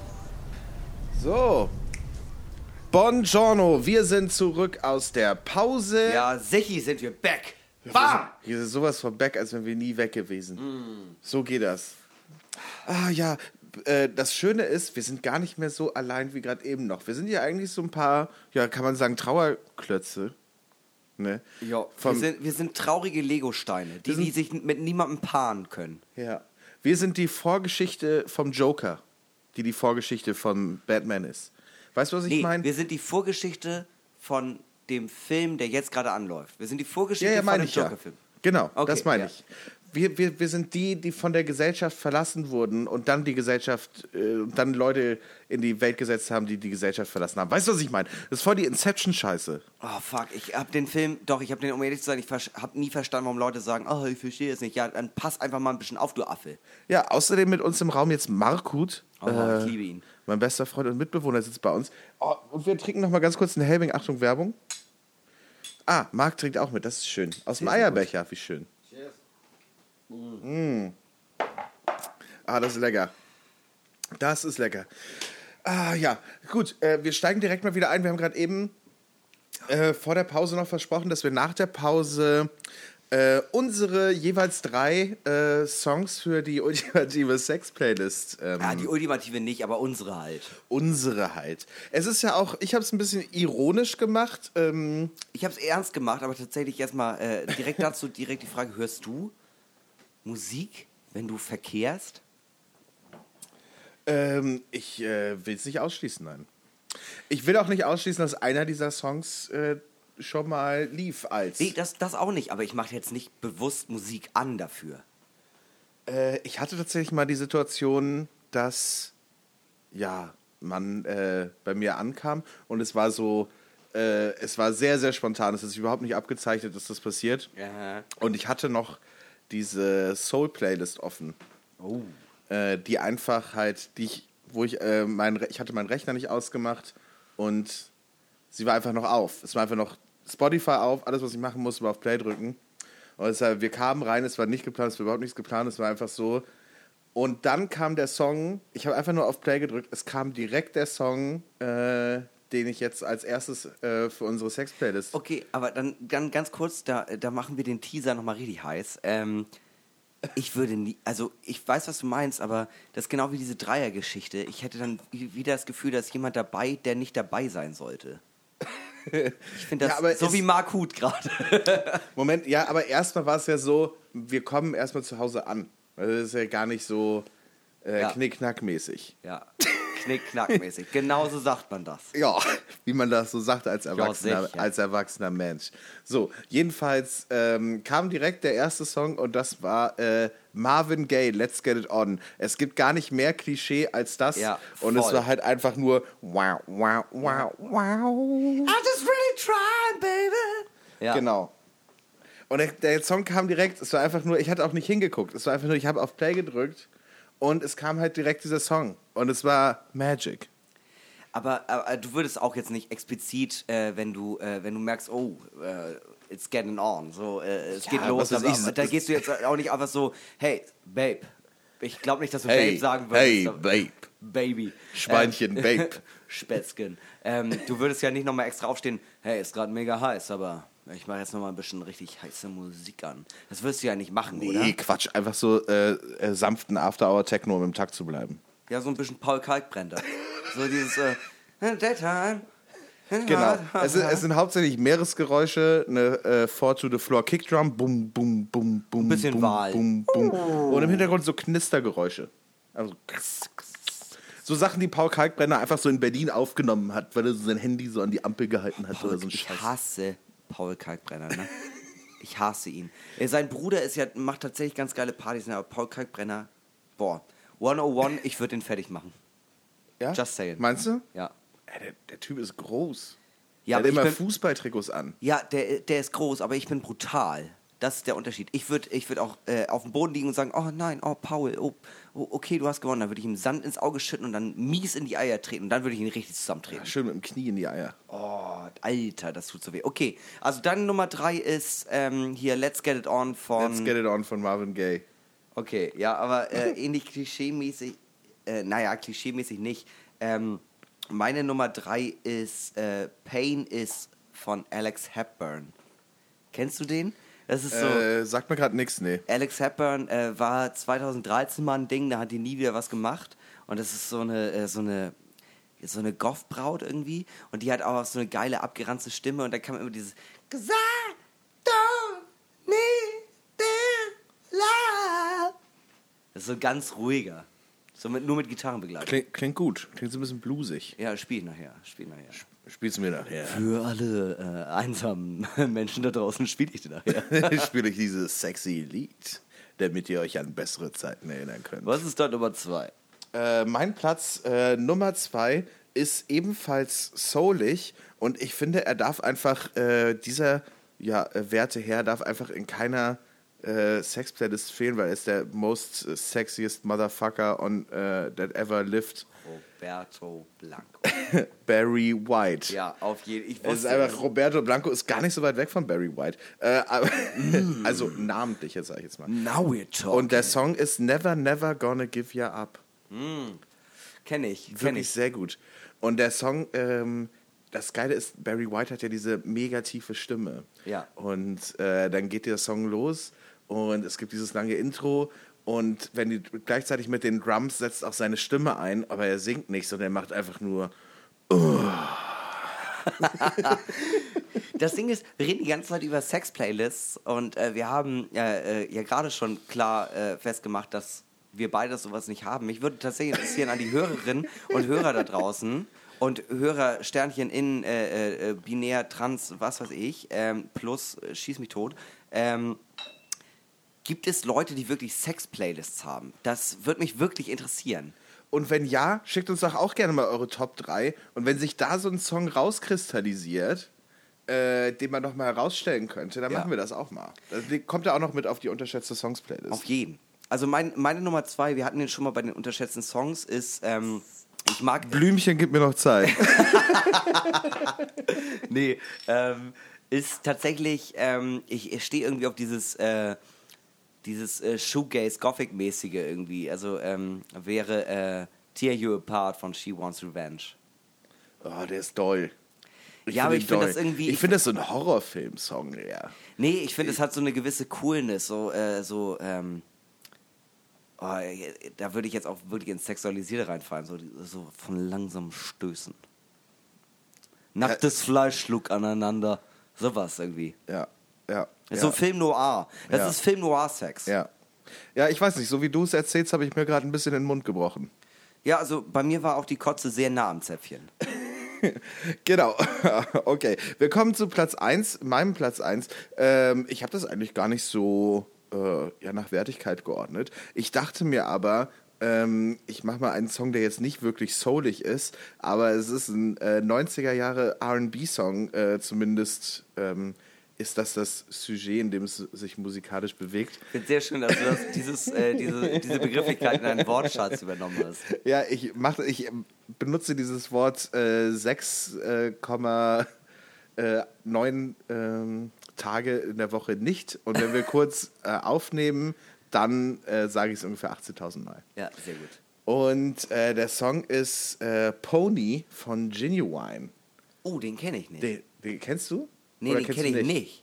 So. Buongiorno, wir sind zurück aus der Pause. Ja, Sechi, sind wir back. Bam! Hier ist sowas von back, als wären wir nie weg gewesen. Mm. So geht das. Ah ja, äh, das Schöne ist, wir sind gar nicht mehr so allein wie gerade eben noch. Wir sind ja eigentlich so ein paar, ja, kann man sagen, Trauerklötze. Ne? Ja, Vom, wir, sind, wir sind traurige Legosteine, die, sind, die sich mit niemandem paaren können. Ja. Wir sind die Vorgeschichte vom Joker, die die Vorgeschichte von Batman ist. Weißt du, was ich Nee, meine? wir sind die Vorgeschichte von dem Film, der jetzt gerade anläuft. Wir sind die Vorgeschichte Ja, ja, von meine dem ich ja. Joker-Film. Genau, Okay, das meine ja. ich. Wir, wir, wir sind die, die von der Gesellschaft verlassen wurden und dann die Gesellschaft, äh, dann Leute in die Welt gesetzt haben, die die Gesellschaft verlassen haben. Weißt du, was ich meine? Das ist voll die Inception-Scheiße. Oh, fuck, ich hab den Film, doch, ich hab den, um ehrlich zu sein, ich vers- hab nie verstanden, warum Leute sagen, oh, ich verstehe es nicht. Ja, dann pass einfach mal ein bisschen auf, du Affe. Ja, außerdem mit uns im Raum jetzt Markut. Oh, äh, ich liebe ihn. Mein bester Freund und Mitbewohner sitzt bei uns. Oh, und wir trinken noch mal ganz kurz eine Helbing. Achtung, Werbung. Ah, Marc trinkt auch mit, das ist schön. Aus dem Eierbecher, wie schön. Cheers. Mm. Ah, das ist lecker. Das ist lecker. Ah, ja, gut. Äh, wir steigen direkt mal wieder ein. Wir haben gerade eben äh, vor der Pause noch versprochen, dass wir nach der Pause äh, unsere jeweils drei äh, Songs für die ultimative Sex-Playlist. Ähm, Ja, die ultimative nicht, aber unsere halt. unsere halt. Es ist ja auch, ich habe es ein bisschen ironisch gemacht. Ähm, Ich hab's ernst gemacht, aber tatsächlich erstmal äh, direkt dazu direkt die Frage, hörst du Musik, wenn du verkehrst? ähm, ich äh, will es nicht ausschließen, nein. Ich will auch nicht ausschließen, dass einer dieser Songs äh, schon mal lief als... Nee, das, das auch nicht, aber ich mache jetzt nicht bewusst Musik an dafür. Äh, ich hatte tatsächlich mal die Situation, dass ja, man äh, bei mir ankam und es war so, äh, es war sehr, sehr spontan. Es ist überhaupt nicht abgezeichnet, dass das passiert. Ja. Und ich hatte noch diese Soul-Playlist offen, Oh. äh, die einfach halt, die ich, wo ich, äh, mein, Re- ich hatte meinen Rechner nicht ausgemacht und sie war einfach noch auf. Es war einfach noch Spotify auf, alles, was ich machen musste, war auf Play drücken. Und deshalb, wir kamen rein, es war nicht geplant, es war überhaupt nichts geplant, es war einfach so. Und dann kam der Song, ich habe einfach nur auf Play gedrückt, es kam direkt der Song, äh, den ich jetzt als erstes äh, für unsere Sex-Playlist... Okay, aber dann, dann ganz kurz, da, da machen wir den Teaser nochmal richtig heiß. Ähm, ich würde nie, also ich weiß, was du meinst, aber das ist genau wie diese Dreiergeschichte. Ich hätte dann wieder das Gefühl, dass jemand dabei, der nicht dabei sein sollte. Ich finde das Ja, aber so es- wie Mark Huth gerade. Moment, ja, aber erstmal war es ja so, wir kommen erstmal zu Hause an. Also das ist ja gar nicht so äh, Ja. knick-knack-mäßig. Ja, knick-knack-mäßig. Genauso sagt man das. Ja, wie man das so sagt als erwachsener, sicher. als erwachsener Mensch. So, jedenfalls ähm, kam direkt der erste Song und das war äh, Marvin Gaye, Let's Get It On. Es gibt gar nicht mehr Klischee als das. Ja, und es voll. war halt einfach nur wow, wow, wow, wow. I just really try, baby. Ja. Genau. Und der, der Song kam direkt, es war einfach nur, ich hatte auch nicht hingeguckt, es war einfach nur, ich habe auf Play gedrückt und es kam halt direkt dieser Song. Und es war Magic. Aber, aber du würdest auch jetzt nicht explizit, äh, wenn du äh, wenn du merkst, oh, äh, it's getting on, so, äh, es Ja, geht los, was weiß aber, ich, aber da das- gehst du jetzt auch nicht einfach so, hey, Babe. Ich glaube nicht, dass du Hey, Babe sagen würdest. hey, aber- Babe. Baby. Schweinchen, Ähm, Babe. Spätzchen. Ähm, du würdest ja nicht nochmal extra aufstehen, hey, ist gerade mega heiß, aber ich mache jetzt nochmal ein bisschen richtig heiße Musik an. Das wirst du ja nicht machen, Nee, oder? Quatsch, einfach so äh, äh, sanften After-Hour-Techno, um im Takt zu bleiben. Ja, so ein bisschen Paul Kalkbrenner. So dieses, äh, Daytime. Genau. Es, sind- es sind hauptsächlich Meeresgeräusche, eine äh, Four-to-the-Floor Kickdrum, bum, bum, bum, bum, Bisschen bum, Wal. bum, bum. Und im Hintergrund so Knistergeräusche. Also so Sachen, die Paul Kalkbrenner einfach so in Berlin aufgenommen hat, weil er so sein Handy so an die Ampel gehalten hat oder so ein Ich Scheiß. hasse Paul Kalkbrenner, ne? Ich hasse ihn. Äh, Sein Bruder ist ja, macht tatsächlich ganz geile Partys, ne? Aber Paul Kalkbrenner, boah, hunderteins, ich würde den fertig machen. Ja? Just saying. Meinst du? Ja. Ey, der, der Typ ist groß. Ja, der aber hat ich immer bin, Fußballtrikots an. ja der, der ist groß, aber ich bin brutal. Das ist der Unterschied. Ich würde ich würd auch äh, auf dem Boden liegen und sagen, oh nein, oh Paul, oh, oh okay, du hast gewonnen. Dann würde ich ihm Sand ins Auge schütten und dann mies in die Eier treten. Und dann würde ich ihn richtig zusammentreten. Schön mit dem Knie in die Eier. Oh, Alter, das tut so weh. Okay, also dann Nummer drei ist ähm, hier Let's Get It On von... Let's Get It On von Marvin Gaye. Okay, ja, aber äh, ähnlich klischeemäßig, äh, naja, klischeemäßig nicht. Ähm, meine Nummer drei ist äh, Pain is von Alex Hepburn. Kennst du den? Das ist so. Äh, sagt mir gerade nichts, nee. Alex Hepburn äh, war zwanzig dreizehn mal ein Ding, da hat die nie wieder was gemacht. Und das ist so eine, äh, so eine, so eine Goth-Braut irgendwie. Und die hat auch so eine geile, abgeranzte Stimme. Und da kann man immer dieses "'Cause I don't need this love." Das ist so ganz ruhiger. So mit, nur mit Gitarrenbegleitung. Klingt, klingt gut. Klingt so ein bisschen bluesig. Ja, spiel ich nachher. Spiel nachher. Spielst du mir nachher? Für alle äh, einsamen Menschen da draußen spiele ich dir nachher. Spiele ich dieses sexy Lied, damit ihr euch an bessere Zeiten erinnern könnt. Was ist da Nummer zwei? Äh, mein Platz äh, Nummer zwei ist ebenfalls soulig und ich finde, er darf einfach, äh, dieser ja, äh, werte Herr darf einfach in keiner äh, Sex-Playlist fehlen, weil er ist der most sexiest motherfucker on uh, that ever lived. Roberto Blanco. Barry White. Ja, auf jeden Fall. Es ist einfach, Roberto Blanco ist gar nicht so weit weg von Barry White. Äh, aber, Mm. also namentlich, jetzt sage ich jetzt mal. Now we're talking. Und der Song ist Never, Never Gonna Give Ya Up. Kenn ich, kenn Wirklich ich. sehr gut. Und der Song, ähm, das Geile ist, Barry White hat ja diese mega tiefe Stimme. Ja. Und äh, dann geht der Song los und es gibt dieses lange Intro und wenn die gleichzeitig mit den Drums setzt auch seine Stimme ein, aber er singt nicht, sondern er macht einfach nur Das Ding ist, wir reden die ganze Zeit über Sex-Playlists und äh, wir haben äh, äh, ja gerade schon klar äh, festgemacht, dass wir beide sowas nicht haben. Mich würde tatsächlich interessieren an die Hörerinnen und Hörer da draußen und Hörer Sternchen in äh, äh, binär, trans, was weiß ich, ähm, plus äh, schieß mich tot. Ähm, gibt es Leute, die wirklich Sex-Playlists haben? Das würde mich wirklich interessieren. Und wenn ja, schickt uns doch auch gerne mal eure Top drei. Und wenn sich da so ein Song rauskristallisiert, äh, den man noch mal herausstellen könnte, dann Ja. machen wir das auch mal. Das kommt ja auch noch mit auf die unterschätzte Songs-Playlist. Auf jeden. Also mein, meine Nummer zwei, wir hatten den schon mal bei den unterschätzten Songs, ist, ähm, ich mag... Blümchen, gib mir noch Zeit. nee, ähm, ist tatsächlich, ähm, ich, ich stehe irgendwie auf dieses, äh, dieses äh, Shoegaze-Gothic-mäßige irgendwie. Also ähm, wäre äh, Tear You Apart von She Wants Revenge. Oh, der ist doll. Ich Ja, aber find ich den finde doll. das irgendwie- Ich finde das so ein Horrorfilm-Song, ja. Nee, ich finde, es hat so eine gewisse Coolness, so, äh, so, ähm, oh, da würde ich jetzt auch wirklich ins Sexualisierte reinfallen, so, so von langsamen Stößen. Nacktes Fleisch schlug aneinander, sowas irgendwie. Ja, ja. Das ist ja. so Film Noir. Das Ja. ist Film Noir-Sex. Ja. Ja, ich weiß nicht, so wie du es erzählst, habe ich mir gerade ein bisschen in den Mund gebrochen. Ja, also bei mir war auch die Kotze sehr nah am Zäpfchen. Genau. Okay. Wir kommen zu Platz eins, meinem Platz eins. Ähm, ich habe das eigentlich gar nicht so äh, ja, nach Wertigkeit geordnet. Ich dachte mir aber, ähm, ich mache mal einen Song, der jetzt nicht wirklich soulig ist, aber es ist ein äh, neunziger Jahre R and B-Song, äh, zumindest ähm, ist das das Sujet, in dem es sich musikalisch bewegt. Ich finde sehr schön, dass du das, dieses, äh, diese, diese Begrifflichkeit in einen Wortschatz übernommen hast. Ja, ich mache, ich benutze dieses Wort äh, sechs Komma neun ähm, Tage in der Woche nicht. Und wenn wir kurz äh, aufnehmen, dann äh, sage ich es ungefähr achtzehntausend Mal. Ja, sehr gut. Und äh, der Song ist äh, Pony von Genuine. Oh, den kenne ich nicht. Den, den kennst du? nee, Oder den kennst kenne du ich nicht.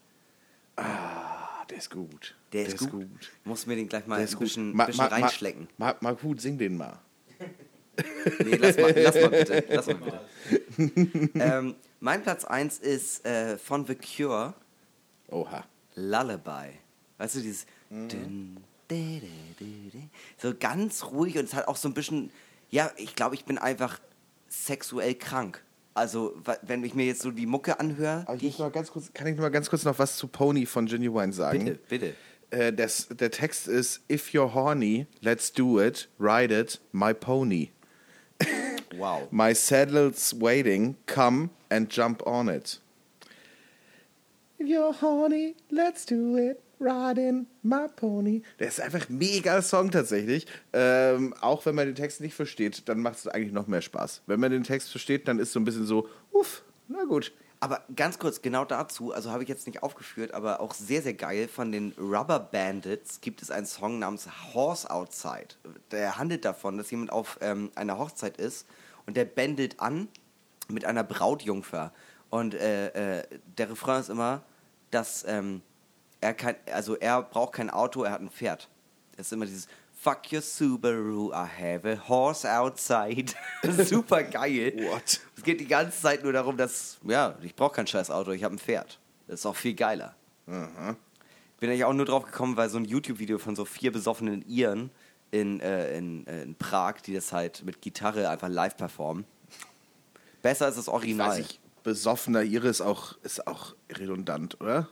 Ah, der ist gut. Der ist, gut. Ich muss mir den gleich mal Der ein ist gut. bisschen, Ma- bisschen ma- ma- reinschlecken. Ma- Markut, sing den mal. Nee, lass mal, lass mal bitte. Lass mal bitte. ähm, mein Platz eins ist äh, von The Cure, Oha. Lullaby. Weißt du, dieses... Dün, dä, dä, dä, dä. So ganz ruhig und es hat auch so ein bisschen... Ja, ich glaube, ich bin einfach sexuell krank. Also, wa- wenn ich mir jetzt so die Mucke anhöre... Aber ich die muss noch ganz kurz, kann ich noch mal ganz kurz noch was zu Pony von Genuine sagen? Bitte, bitte. Äh, das, der Text ist: If you're horny, let's do it, ride it, my pony. Wow. My saddle's waiting, come and jump on it. If you're horny, let's do it, riding my pony. Der ist einfach ein mega Song tatsächlich. Ähm, auch wenn man den Text nicht versteht, dann macht es eigentlich noch mehr Spaß. Wenn man den Text versteht, dann ist so ein bisschen so, uff, na gut. Aber ganz kurz, genau dazu, also habe ich jetzt nicht aufgeführt, aber auch sehr, sehr geil, von den Rubber Bandits gibt es einen Song namens Horse Outside. Der handelt davon, dass jemand auf ähm, einer Hochzeit ist und der bändelt an mit einer Brautjungfer. Und äh, äh, der Refrain ist immer, dass ähm, er kein, also er braucht kein Auto, er hat ein Pferd. Das ist immer dieses Fuck your Subaru, I have a horse outside. Super geil. What? Es geht die ganze Zeit nur darum, dass, ja, ich brauche kein scheiß Auto, ich habe ein Pferd. Das ist auch viel geiler. Aha. Bin eigentlich auch nur drauf gekommen, weil so ein YouTube-Video von so vier besoffenen Iren in, äh, in, äh, in Prag, die das halt mit Gitarre einfach live performen. Besser ist das Original. Weiß ich, besoffener Ire ist auch, ist auch redundant, oder?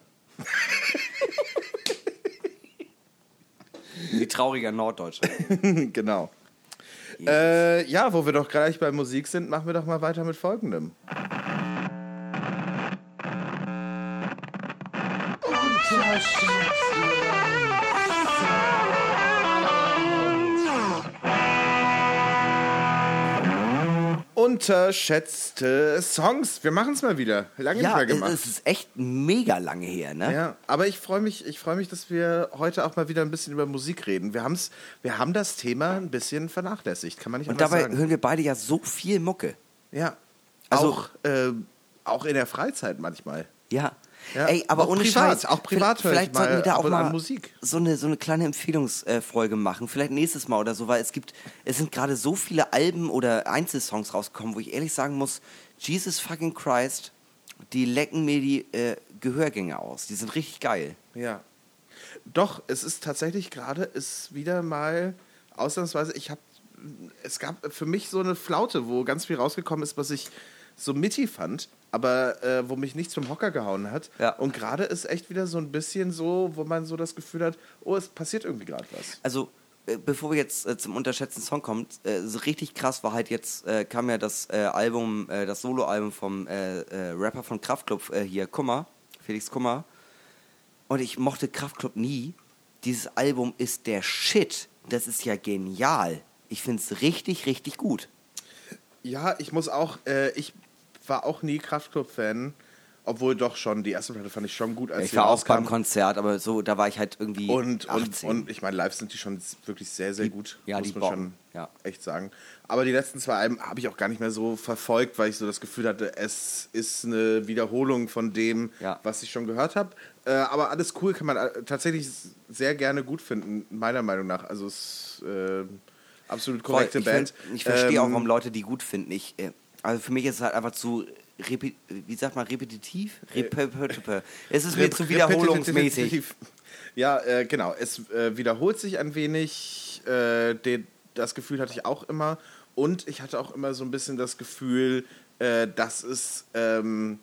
Wie trauriger Norddeutscher. Genau. Äh, ja, wo wir doch gleich bei Musik sind, machen wir doch mal weiter mit Folgendem. Unterschätzte Songs. Wir machen es mal wieder. Lange Ja, nicht mehr gemacht. es ist echt mega lange her, ne? Ja, aber ich freue mich, ich freue mich, dass wir heute auch mal wieder ein bisschen über Musik reden. Wir haben's, wir haben das Thema ein bisschen vernachlässigt, kann man nicht Und anders dabei sagen. hören wir beide ja so viel Mucke. Ja, Also- auch, äh, auch in der Freizeit manchmal. Ja. Ja, Ey, aber auch ohne privat, Scheiß. auch privat Vielleicht- höre ich Vielleicht sollten mal wir da ab auch und an mal Musik. so eine, so eine kleine Empfehlungsfolge machen. Vielleicht nächstes Mal oder so, weil es gibt, es sind gerade so viele Alben oder Einzelsongs rausgekommen, wo ich ehrlich sagen muss, Jesus fucking Christ, die lecken mir die äh, Gehörgänge aus. Die sind richtig geil. Ja. Doch, es ist tatsächlich gerade, ist wieder mal ausnahmsweise, ich habe, es gab für mich so eine Flaute, wo ganz viel rausgekommen ist, was ich so mittig fand, aber äh, wo mich nichts vom Hocker gehauen hat. Ja. Und gerade ist echt wieder so ein bisschen so, wo man so das Gefühl hat, oh, es passiert irgendwie gerade was. Also, äh, bevor wir jetzt äh, zum unterschätzten Song kommen, äh, so richtig krass war halt jetzt, äh, kam ja das äh, Album, äh, das Soloalbum vom äh, äh, Rapper von Kraftklub äh, hier, Kummer, Felix Kummer. Und ich mochte Kraftklub nie. Dieses Album ist der Shit. Das ist ja genial. Ich finde es richtig, richtig gut. Ja, ich muss auch, äh, ich war auch nie Kraftklub-Fan, obwohl doch schon, die erste Platte fand ich schon gut, als Ich sie war auch rauskam. beim Konzert, aber so, da war ich halt irgendwie Und, und, achtzehn. und ich meine, live sind die schon wirklich sehr, sehr Die- gut, ja, muss die man bocken, schon ja. echt sagen. Aber die letzten zwei Alben habe ich auch gar nicht mehr so verfolgt, weil ich so das Gefühl hatte, es ist eine Wiederholung von dem, Ja. was ich schon gehört habe. Äh, aber alles cool, kann man äh, tatsächlich sehr gerne gut finden, meiner Meinung nach. Also es ist äh, absolut Voll, korrekte ich Band. find- Ich verstehe auch, Ähm, warum Leute die gut finden. Ich, äh, also für mich ist es halt einfach zu, repi- wie sagt man, repetitiv? Repetitiv. Es ist mir Rep- zu wiederholungsmäßig. repetitiv. Ja, äh, genau. Es äh, wiederholt sich ein wenig. Äh, de, das Gefühl hatte ich auch immer. Und ich hatte auch immer so ein bisschen das Gefühl, äh, dass es. Ähm,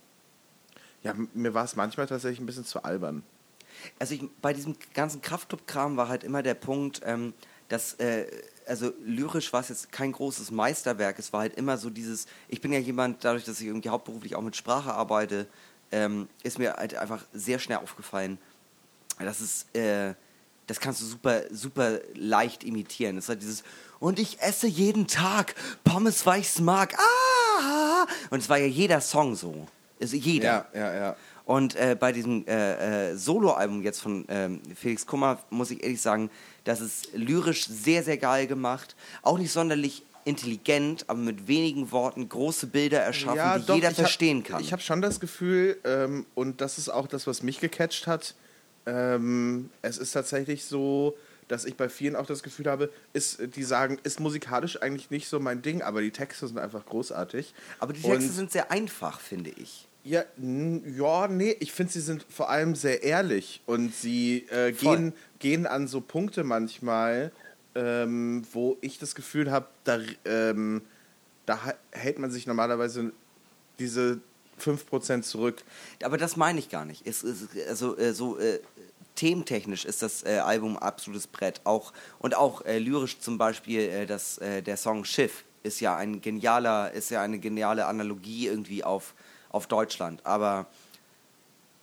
ja, m- mir war es manchmal tatsächlich ein bisschen zu albern. Also ich, bei diesem ganzen Kraftclub-Kram war halt immer der Punkt, ähm, dass, äh, also lyrisch war es jetzt kein großes Meisterwerk, es war halt immer so dieses, ich bin ja jemand, dadurch, dass ich irgendwie hauptberuflich auch mit Sprache arbeite, ähm, ist mir halt einfach sehr schnell aufgefallen, dass es, äh, das kannst du super, super leicht imitieren. Es ist halt dieses, und ich esse jeden Tag Pommes, weil ich's mag, ah! Und es war ja jeder Song so. Also jeder. Ja, ja, ja. Und äh, bei diesem äh, äh, Soloalbum jetzt von ähm, Felix Kummer muss ich ehrlich sagen, das ist lyrisch sehr, sehr geil gemacht. Auch nicht sonderlich intelligent, aber mit wenigen Worten große Bilder erschaffen, Ja, die doch, jeder ich hab- verstehen kann. Ich habe schon das Gefühl, ähm, und das ist auch das, was mich gecatcht hat, ähm, es ist tatsächlich so, dass ich bei vielen auch das Gefühl habe, ist, die sagen, ist musikalisch eigentlich nicht so mein Ding, aber die Texte sind einfach großartig. aber die Texte Und- sind sehr einfach, finde ich. Ja, n- ja, nee, ich finde, sie sind vor allem sehr ehrlich und sie äh, Voll. gehen, gehen an so Punkte manchmal, ähm, wo ich das Gefühl habe, da, ähm, da ha- hält man sich normalerweise diese fünf Prozent zurück. Aber das meine ich gar nicht. Es ist, also äh, so äh, thementechnisch ist das äh, Album ein absolutes Brett. Auch, und auch äh, lyrisch zum Beispiel äh, das, äh, der Song Schiff ist ja ein genialer, ist ja eine geniale Analogie irgendwie auf, auf Deutschland. Aber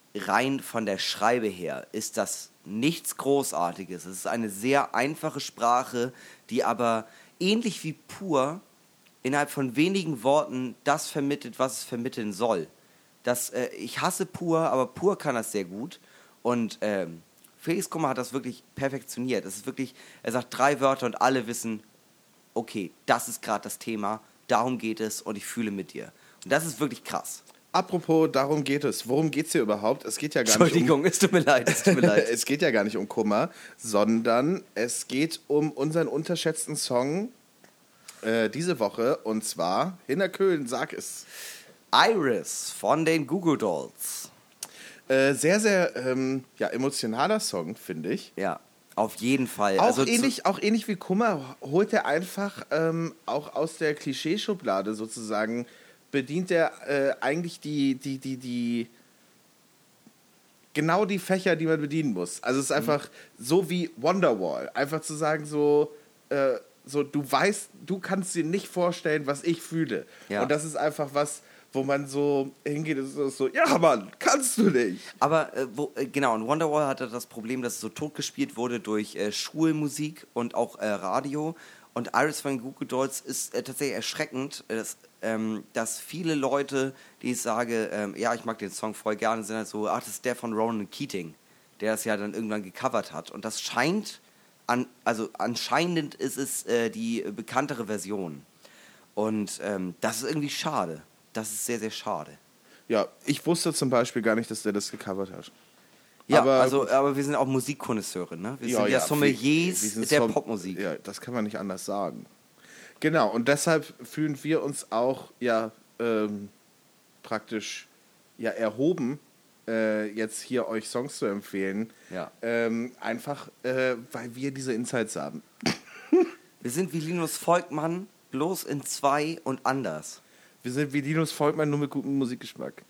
rein von der Schreibe her ist das nichts Großartiges. Es ist eine sehr einfache Sprache, die aber ähnlich wie Pur innerhalb von wenigen Worten das vermittelt, was es vermitteln soll. Das, äh, ich hasse Pur, aber Pur kann das sehr gut. Und ähm, Felix Kummer hat das wirklich perfektioniert. Es ist wirklich, er sagt drei Wörter und alle wissen, okay, das ist gerade das Thema, darum geht es und ich fühle mit dir. Und das ist wirklich krass. Apropos, darum geht es. Worum geht es hier überhaupt? Es geht ja gar Entschuldigung, nicht es tut mir leid, es tut mir um, leid. es geht ja gar nicht um Kummer, sondern es geht um unseren unterschätzten Song äh, diese Woche und zwar Hinnerköln, sag es. Iris von den Goo Goo Dolls. Äh, sehr, sehr ähm, ja, emotionaler Song, finde ich. Ja, auf jeden Fall. Auch, also ähnlich, auch ähnlich wie Kummer holt er einfach ähm, auch aus der Klischeeschublade sozusagen, bedient er äh, eigentlich die, die, die, die, genau die Fächer, die man bedienen muss. Also es ist einfach mhm. so wie Wonderwall. Einfach zu sagen so, äh, so, du weißt, du kannst dir nicht vorstellen, was ich fühle. Ja. Und das ist einfach was, wo man so hingeht und so, so ja Mann, kannst du nicht. Aber äh, wo, äh, genau, und Wonderwall hatte das Problem, dass es so totgespielt wurde durch äh, Schulmusik und auch äh, Radio. Und Iris von den Goo Goo Dolls ist äh, tatsächlich erschreckend, äh, dass, ähm, dass viele Leute, die ich sage, ähm, ja, ich mag den Song voll gerne, sind halt so, ach, das ist der von Ronan Keating, der das ja dann irgendwann gecovert hat. Und das scheint, an, also anscheinend ist es äh, die bekanntere Version. Und ähm, das ist irgendwie schade. Das ist sehr, sehr schade. Ja, ich wusste zum Beispiel gar nicht, dass der das gecovert hat. Ja, aber, also, aber wir sind auch Musikkonnoisseure, ne? Wir ja, sind ja, ja Sommeliers wir sind der Som- Popmusik. Ja, das kann man nicht anders sagen. Genau, und deshalb fühlen wir uns auch ja ähm, praktisch ja, erhoben, äh, jetzt hier euch Songs zu empfehlen. Ja. Ähm, einfach, äh, weil wir diese Insights haben. Wir sind wie Linus Volkmann, bloß in zwei und anders. Wir sind wie Linus Volkmann, nur mit gutem Musikgeschmack.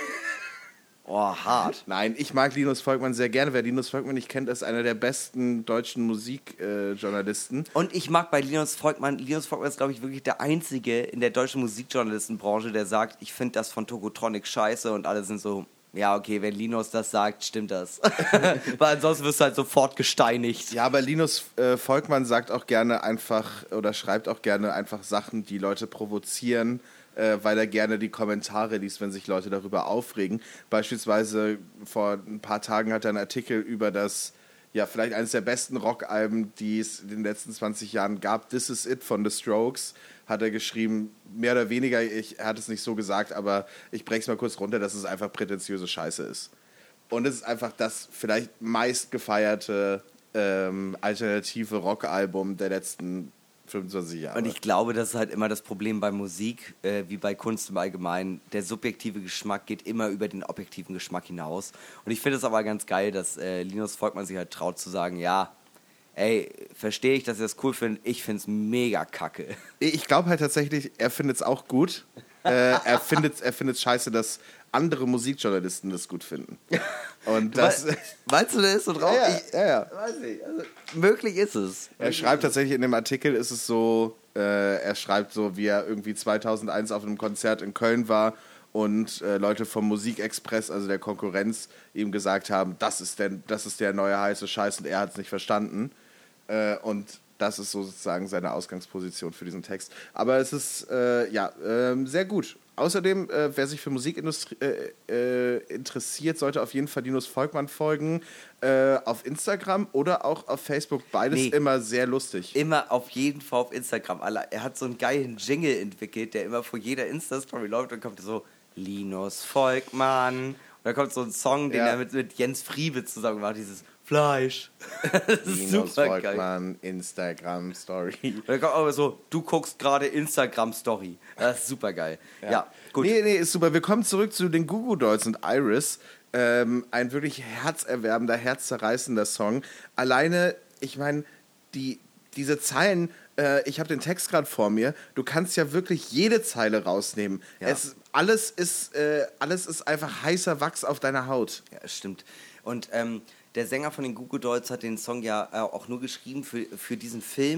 Oh, hart. Nein, ich mag Linus Volkmann sehr gerne. Wer Linus Volkmann nicht kennt, ist einer der besten deutschen Musikjournalisten. Äh, Und ich mag bei Linus Volkmann, Linus Volkmann ist, glaube ich, wirklich der Einzige in der deutschen Musikjournalistenbranche, der sagt, ich finde das von Tokotronic scheiße und alle sind so, ja, okay, wenn Linus das sagt, stimmt das. Weil ansonsten wirst du halt sofort gesteinigt. Ja, aber Linus äh, Volkmann sagt auch gerne einfach oder schreibt auch gerne einfach Sachen, die Leute provozieren, äh, weil er gerne die Kommentare liest, wenn sich Leute darüber aufregen. Beispielsweise vor ein paar Tagen hat er einen Artikel über das, ja, vielleicht eines der besten Rockalben, die es in den letzten zwanzig Jahren gab, This Is It von The Strokes, hat er geschrieben, mehr oder weniger, ich, er hat es nicht so gesagt, aber ich breche es mal kurz runter, dass es einfach prätentiöse Scheiße ist. Und es ist einfach das vielleicht meist gefeierte ähm, alternative Rockalbum der letzten fünfundzwanzig Jahre. Und ich glaube, das ist halt immer das Problem bei Musik, äh, wie bei Kunst im Allgemeinen. Der subjektive Geschmack geht immer über den objektiven Geschmack hinaus. Und ich finde es aber ganz geil, dass äh, Linus Volkmann sich halt traut zu sagen, ja, ey, verstehe ich, dass ihr das cool findet, ich finde es mega kacke. Ich glaube halt tatsächlich, er findet es auch gut. äh, er findet er findet scheiße, dass andere Musikjournalisten das gut finden. Und das, We- Meinst du, der ist so drauf? Ja, ich, ja, ja. Weiß nicht, also, möglich ist es. Er schreibt tatsächlich in dem Artikel, ist es so, äh, er schreibt so, wie er irgendwie zweitausendeins auf einem Konzert in Köln war und äh, Leute vom Musikexpress, also der Konkurrenz, ihm gesagt haben, das ist der, das ist der neue heiße Scheiß und er hat es nicht verstanden. Äh, und das ist so sozusagen seine Ausgangsposition für diesen Text. Aber es ist äh, ja äh, sehr gut. Außerdem, äh, wer sich für Musikindustrie äh, äh, interessiert, sollte auf jeden Fall Linus Volkmann folgen. Äh, auf Instagram oder auch auf Facebook. Beides Nee. immer sehr lustig. Immer auf jeden Fall auf Instagram. Alter, er hat so einen geilen Jingle entwickelt, der immer vor jeder Insta-Story läuft und kommt so, Linus Volkmann. Und dann kommt so ein Song, den Ja. er mit, mit Jens Friebe zusammen macht, dieses Fleisch. Das ist Linus super geil. Volkmann, Instagram Story. Und dann kommt aber so, du guckst gerade Instagram-Story. Das ist super geil. Ja, ja gut. Nee, nee, ist super. Wir kommen zurück zu den Goo Goo Dolls und Iris. Ähm, ein wirklich herzerwärmender, herzzerreißender Song. Alleine, ich meine, die, diese Zeilen, äh, ich habe den Text gerade vor mir, du kannst ja wirklich jede Zeile rausnehmen. Ja. Es, alles, ist, äh, alles ist einfach heißer Wachs auf deiner Haut. Ja, stimmt. Und ähm, der Sänger von den Goo Goo Dolls hat den Song ja äh, auch nur geschrieben für, für diesen Film.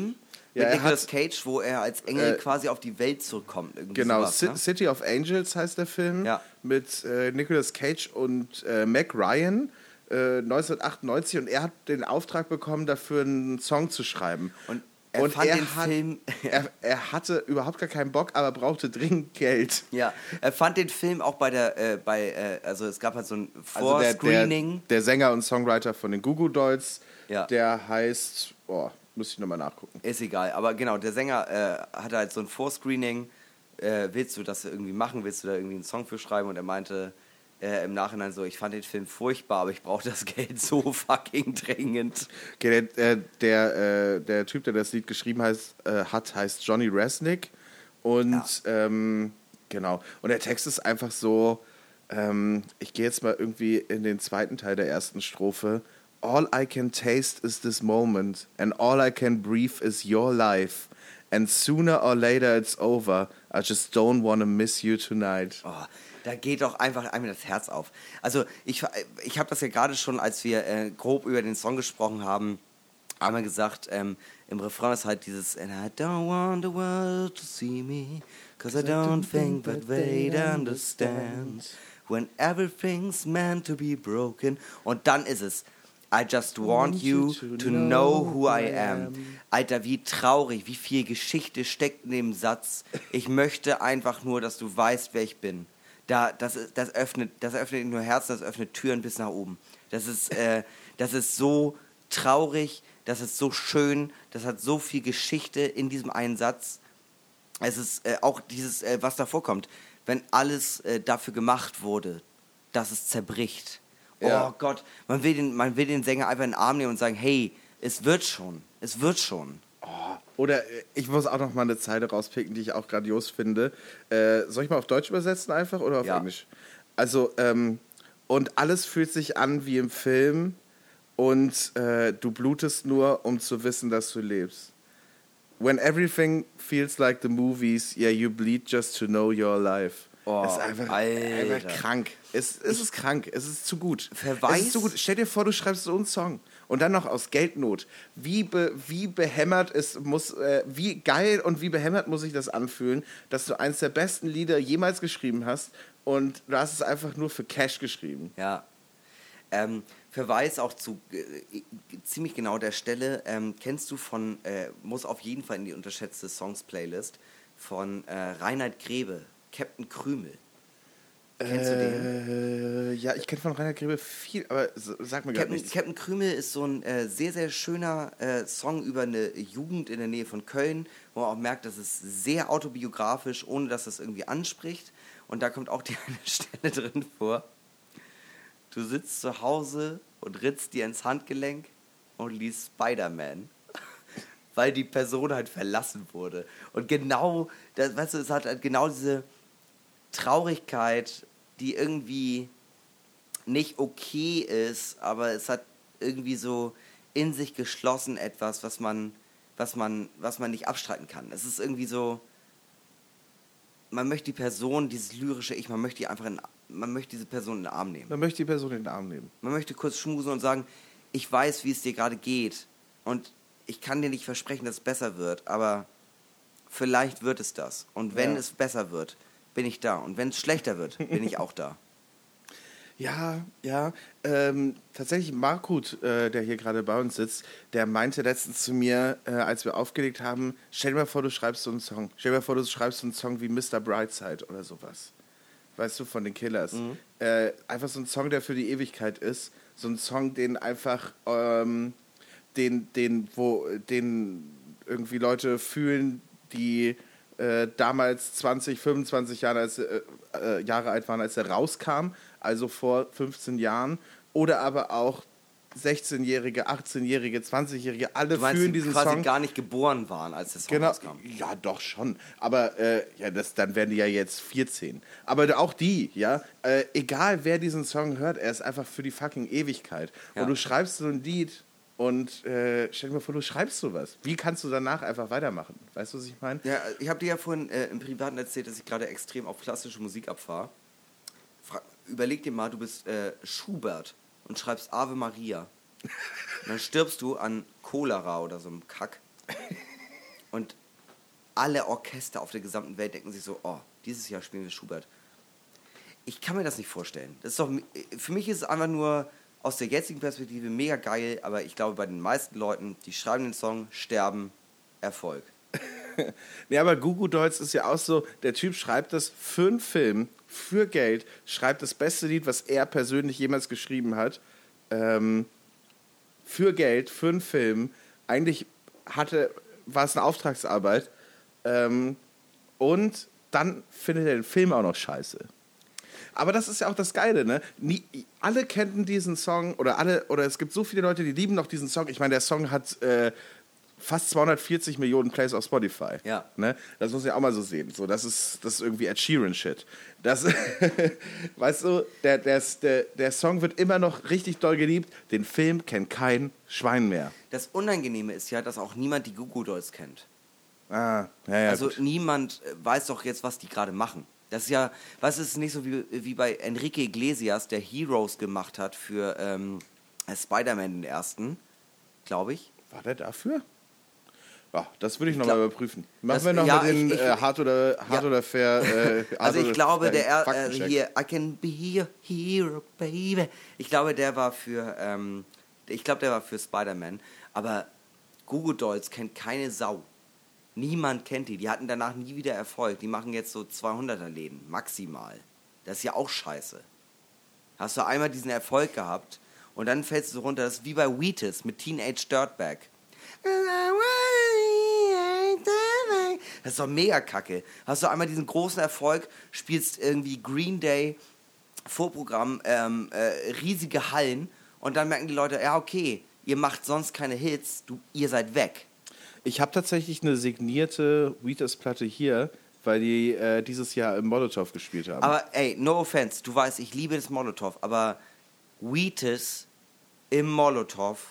Ja, mit er Nicolas hat- Cage, wo er als Engel äh, quasi auf die Welt zurückkommt. Irgendwie Genau, sowas, Ci- ne? City of Angels heißt der Film. Ja. Mit äh, Nicolas Cage und äh, Meg Ryan äh, neunzehnhundertachtundneunzig. Und er hat den Auftrag bekommen, dafür einen Song zu schreiben. Und er fand den Film- er, er hatte überhaupt gar keinen Bock, aber brauchte dringend Geld. Ja, er fand den Film auch bei der, äh, bei, äh, also es gab halt so ein Also der, der, Vorscreening. der Sänger und Songwriter von den Goo Goo Dolls, Ja. der heißt, oh, muss ich nochmal nachgucken. Ist egal, aber genau, der Sänger äh, hatte halt so ein Vorscreening. Äh, willst du das irgendwie machen? Willst du da irgendwie einen Song für schreiben? Und er meinte äh, im Nachhinein so, ich fand den Film furchtbar, aber ich brauche das Geld so fucking dringend. Okay, der, äh, der, äh, der Typ, der das Lied geschrieben heißt, äh, hat, heißt Johnny Resnick. Und ähm, genau. Und der Text ist einfach so, ähm, ich gehe jetzt mal irgendwie in den zweiten Teil der ersten Strophe. All I can taste is this moment, and all I can breathe is your life. And sooner or later it's over. I just don't wanna miss you tonight. Oh, da geht doch einfach einem das Herz auf. Also ich, ich habe das ja gerade schon, als wir äh, grob über den Song gesprochen haben, einmal gesagt, ähm, im Refrain ist halt dieses And I don't want the world to see me, cause I don't think that they'd understand when everything's meant to be broken. Und dann ist es I just want you to know who I am. Alter, wie traurig, wie viel Geschichte steckt in dem Satz. Ich möchte einfach nur, dass du weißt, wer ich bin. Da, das, ist- das, öffnet, das öffnet nicht nur Herzen, das öffnet Türen bis nach oben. Das ist, äh, das ist so traurig, das ist so schön, das hat so viel Geschichte in diesem einen Satz. Es ist äh, auch dieses, äh, was davor kommt, wenn alles äh, dafür gemacht wurde, dass es zerbricht. Ja. Oh Gott, man will, den, man will den Sänger einfach in den Arm nehmen und sagen, hey, es wird schon, es wird schon. Oder äh, ich muss auch noch mal eine Zeile rauspicken, die ich auch grandios finde. Äh, soll ich mal auf Deutsch übersetzen einfach oder auf Ja. Englisch? Also, ähm, und alles fühlt sich an wie im Film und äh, du blutest nur, um zu wissen, dass du lebst. When everything feels like the movies, yeah, you bleed just to know you're alive. Oh, es ist einfach, Alter. einfach krank. Es, es ist krank. Es ist zu gut. Verweis- Es ist zu gut. Stell dir vor, du schreibst so einen Song und dann noch aus Geldnot. Wie, be, wie behämmert es muss, äh, wie geil und wie behämmert muss sich das anfühlen, dass du eines der besten Lieder jemals geschrieben hast und du hast es einfach nur für Cash geschrieben. Ja. Ähm, Verweis auch zu äh, ziemlich genau der Stelle, ähm, kennst du von, äh, muss auf jeden Fall in die unterschätzte Songs-Playlist, von äh, Reinhard Grebe, Captain Krümel. Kennst du den? Äh, ja, ich kenne von Rainer Grebe viel, aber s- sag mir gar Captain, nichts. Captain Krümel ist so ein äh, sehr, sehr schöner äh, Song über eine Jugend in der Nähe von Köln, wo man auch merkt, dass es sehr autobiografisch, ohne dass es irgendwie anspricht. Und da kommt auch die eine Stelle drin vor. Du sitzt zu Hause und ritzt dir ins Handgelenk und liest Spider-Man. Weil die Person halt verlassen wurde. Und genau, das, weißt du, es hat halt genau diese Traurigkeit, die irgendwie nicht okay ist, aber es hat irgendwie so in sich geschlossen etwas, was man, was man, was man nicht abstreiten kann. Es ist irgendwie so, man möchte die Person, dieses lyrische Ich, man möchte die einfach in, man möchte diese Person in den Arm nehmen. Man möchte die Person in den Arm nehmen. Man möchte kurz schmusen und sagen, ich weiß, wie es dir gerade geht und ich kann dir nicht versprechen, dass es besser wird, aber vielleicht wird es das. Und wenn Ja. es besser wird, bin ich da. Und wenn es schlechter wird, bin ich auch da. Ja, ja. Ähm, tatsächlich, Markut, äh, der hier gerade bei uns sitzt, der meinte letztens zu mir, äh, als wir aufgelegt haben, stell dir mal vor, du schreibst so einen Song. Stell dir mal vor, du schreibst so einen Song wie Mister Brightside oder sowas. Weißt du, von den Killers. Mhm. Äh, einfach so ein Song, der für die Ewigkeit ist. So ein Song, den einfach, ähm, den, den, wo, den irgendwie Leute fühlen, die äh, damals zwanzig, fünfundzwanzig Jahre, als, äh, äh, Jahre alt waren, als er rauskam, also vor fünfzehn Jahren, oder aber auch sechzehnjährige, achtzehnjährige, zwanzigjährige, alle Du meinst, fühlen die diesen quasi Song. gar nicht geboren waren, als der Song Genau, rauskam. ja, doch schon. Aber äh, ja, das, dann werden die ja jetzt vierzehn. Aber auch die, ja, äh, egal wer diesen Song hört, er ist einfach für die fucking Ewigkeit. Ja. Und du schreibst so ein Lied und äh, stell dir mal vor, du schreibst sowas. Wie kannst du danach einfach weitermachen? Weißt du, was ich meine? Ja, ich habe dir ja vorhin äh, im Privaten erzählt, dass ich gerade extrem auf klassische Musik abfahre. Fra- Überleg dir mal, du bist äh, Schubert und schreibst Ave Maria. Und dann stirbst du an Cholera oder so einem Kack. und alle Orchester auf der gesamten Welt denken sich so, oh, dieses Jahr spielen wir Schubert. Ich kann mir das nicht vorstellen. Das ist doch, für mich ist es einfach nur aus der jetzigen Perspektive mega geil, aber ich glaube, bei den meisten Leuten, die schreiben den Song, sterben, Erfolg. Nee, aber Goo Goo Dolls ist ja auch so, der Typ schreibt das für einen Film, für Geld, schreibt das beste Lied, was er persönlich jemals geschrieben hat, ähm, für Geld, für einen Film. Eigentlich hatte, war es eine Auftragsarbeit, ähm, und dann findet er den Film auch noch scheiße. Aber das ist ja auch das Geile, ne? Nie, alle kennen diesen Song, oder alle, oder es gibt so viele Leute, die lieben noch diesen Song. Ich meine, der Song hat äh, fast zweihundertvierzig Millionen Plays auf Spotify. Ja. Ne? Das muss man ja auch mal so sehen. So, das ist, das ist irgendwie Ed Sheeran-Shit. Das, weißt du, der, der, der, der Song wird immer noch richtig doll geliebt. Den Film kennt kein Schwein mehr. Das Unangenehme ist ja, dass auch niemand die Goo Goo Dolls kennt. Ah, ja, ja. Also gut. niemand weiß doch jetzt, was die gerade machen. Das ist ja, weißt du, es ist nicht so wie, wie bei Enrique Iglesias, der Heroes gemacht hat für ähm, Spider-Man den ersten, glaube ich. War der dafür? Ja, das würde ich, Ich nochmal glaub- überprüfen. Machen das- wir nochmal ja, den ich- ich- äh, Hard oder, hard Ja. oder Fair. Äh, hard Also ich oder glaube, fair der er- äh, Faktencheck. hier, I can be your hero, baby. Ich glaube, der war für, ähm, ich glaube, der war für Spider-Man. Aber Goo Goo Dolls kennt keine Sau. Niemand kennt die. Die hatten danach nie wieder Erfolg. Die machen jetzt so zweihunderter-Läden, maximal. Das ist ja auch scheiße. Hast du einmal diesen Erfolg gehabt und dann fällst du so runter. Das ist wie bei Wheatus mit Teenage Dirtbag. Das ist doch mega kacke. Hast du einmal diesen großen Erfolg, spielst irgendwie Green Day, Vorprogramm, ähm, äh, riesige Hallen und dann merken die Leute, ja okay, ihr macht sonst keine Hits, du, ihr seid weg. Ich habe tatsächlich eine signierte Wheatus-Platte hier, weil die äh, dieses Jahr im Molotov gespielt haben. Aber ey, no offense, du weißt, ich liebe das Molotov, aber Wheatus im Molotov,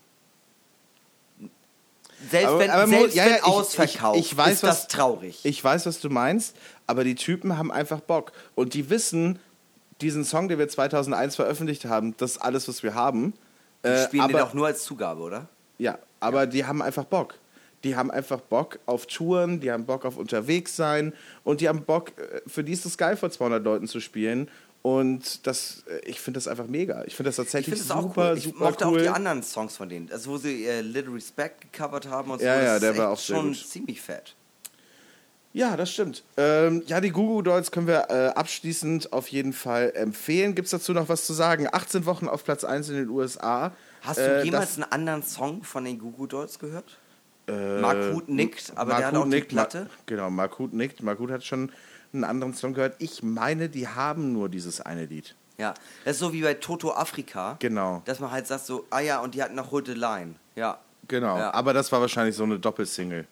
selbst Aber- wenn, aber Mo- selbst ja, wenn ja, ich- ausverkauft, ich- ich weiß, ist das was- traurig. Ich weiß, was du meinst, aber die Typen haben einfach Bock. Und die wissen, diesen Song, den wir zweitausendeins veröffentlicht haben, das ist alles, was wir haben. Die Äh, spielen aber, den doch nur als Zugabe, oder? Ja, aber die haben einfach Bock. Die haben einfach Bock auf Touren, die haben Bock auf unterwegs sein und die haben Bock, äh, für die ist es geil, vor zweihundert Leuten zu spielen. Und das, äh, ich finde das einfach mega. Ich finde das Ich tatsächlich finde es auch super, cool. Ich super mochte cool. auch die anderen Songs von denen. Also wo sie äh, Little Respect gecovert haben und so. Ja, das ja, ist der echt war auch sehr schon gut. ziemlich fett. Ja, das stimmt. Ähm, ja, die Goo Goo Dolls können wir äh, abschließend auf jeden Fall empfehlen. Gibt es dazu noch was zu sagen? achtzehn Wochen auf Platz eins in den U S A. Hast du Äh, jemals das- einen anderen Song von den Goo Goo Dolls gehört? Äh, Mark Huth nickt, aber der hat Huth auch die nickt, Ma- Platte. Genau, Mark Huth nickt. Mark Huth hat schon einen anderen Song gehört. Ich meine, die haben nur dieses eine Lied. Ja, das ist so wie bei Toto Afrika. Genau. Dass man halt sagt so, ah ja, und die hatten noch Hood the Line. Ja. Genau, Ja. aber das war wahrscheinlich so eine Doppelsingle.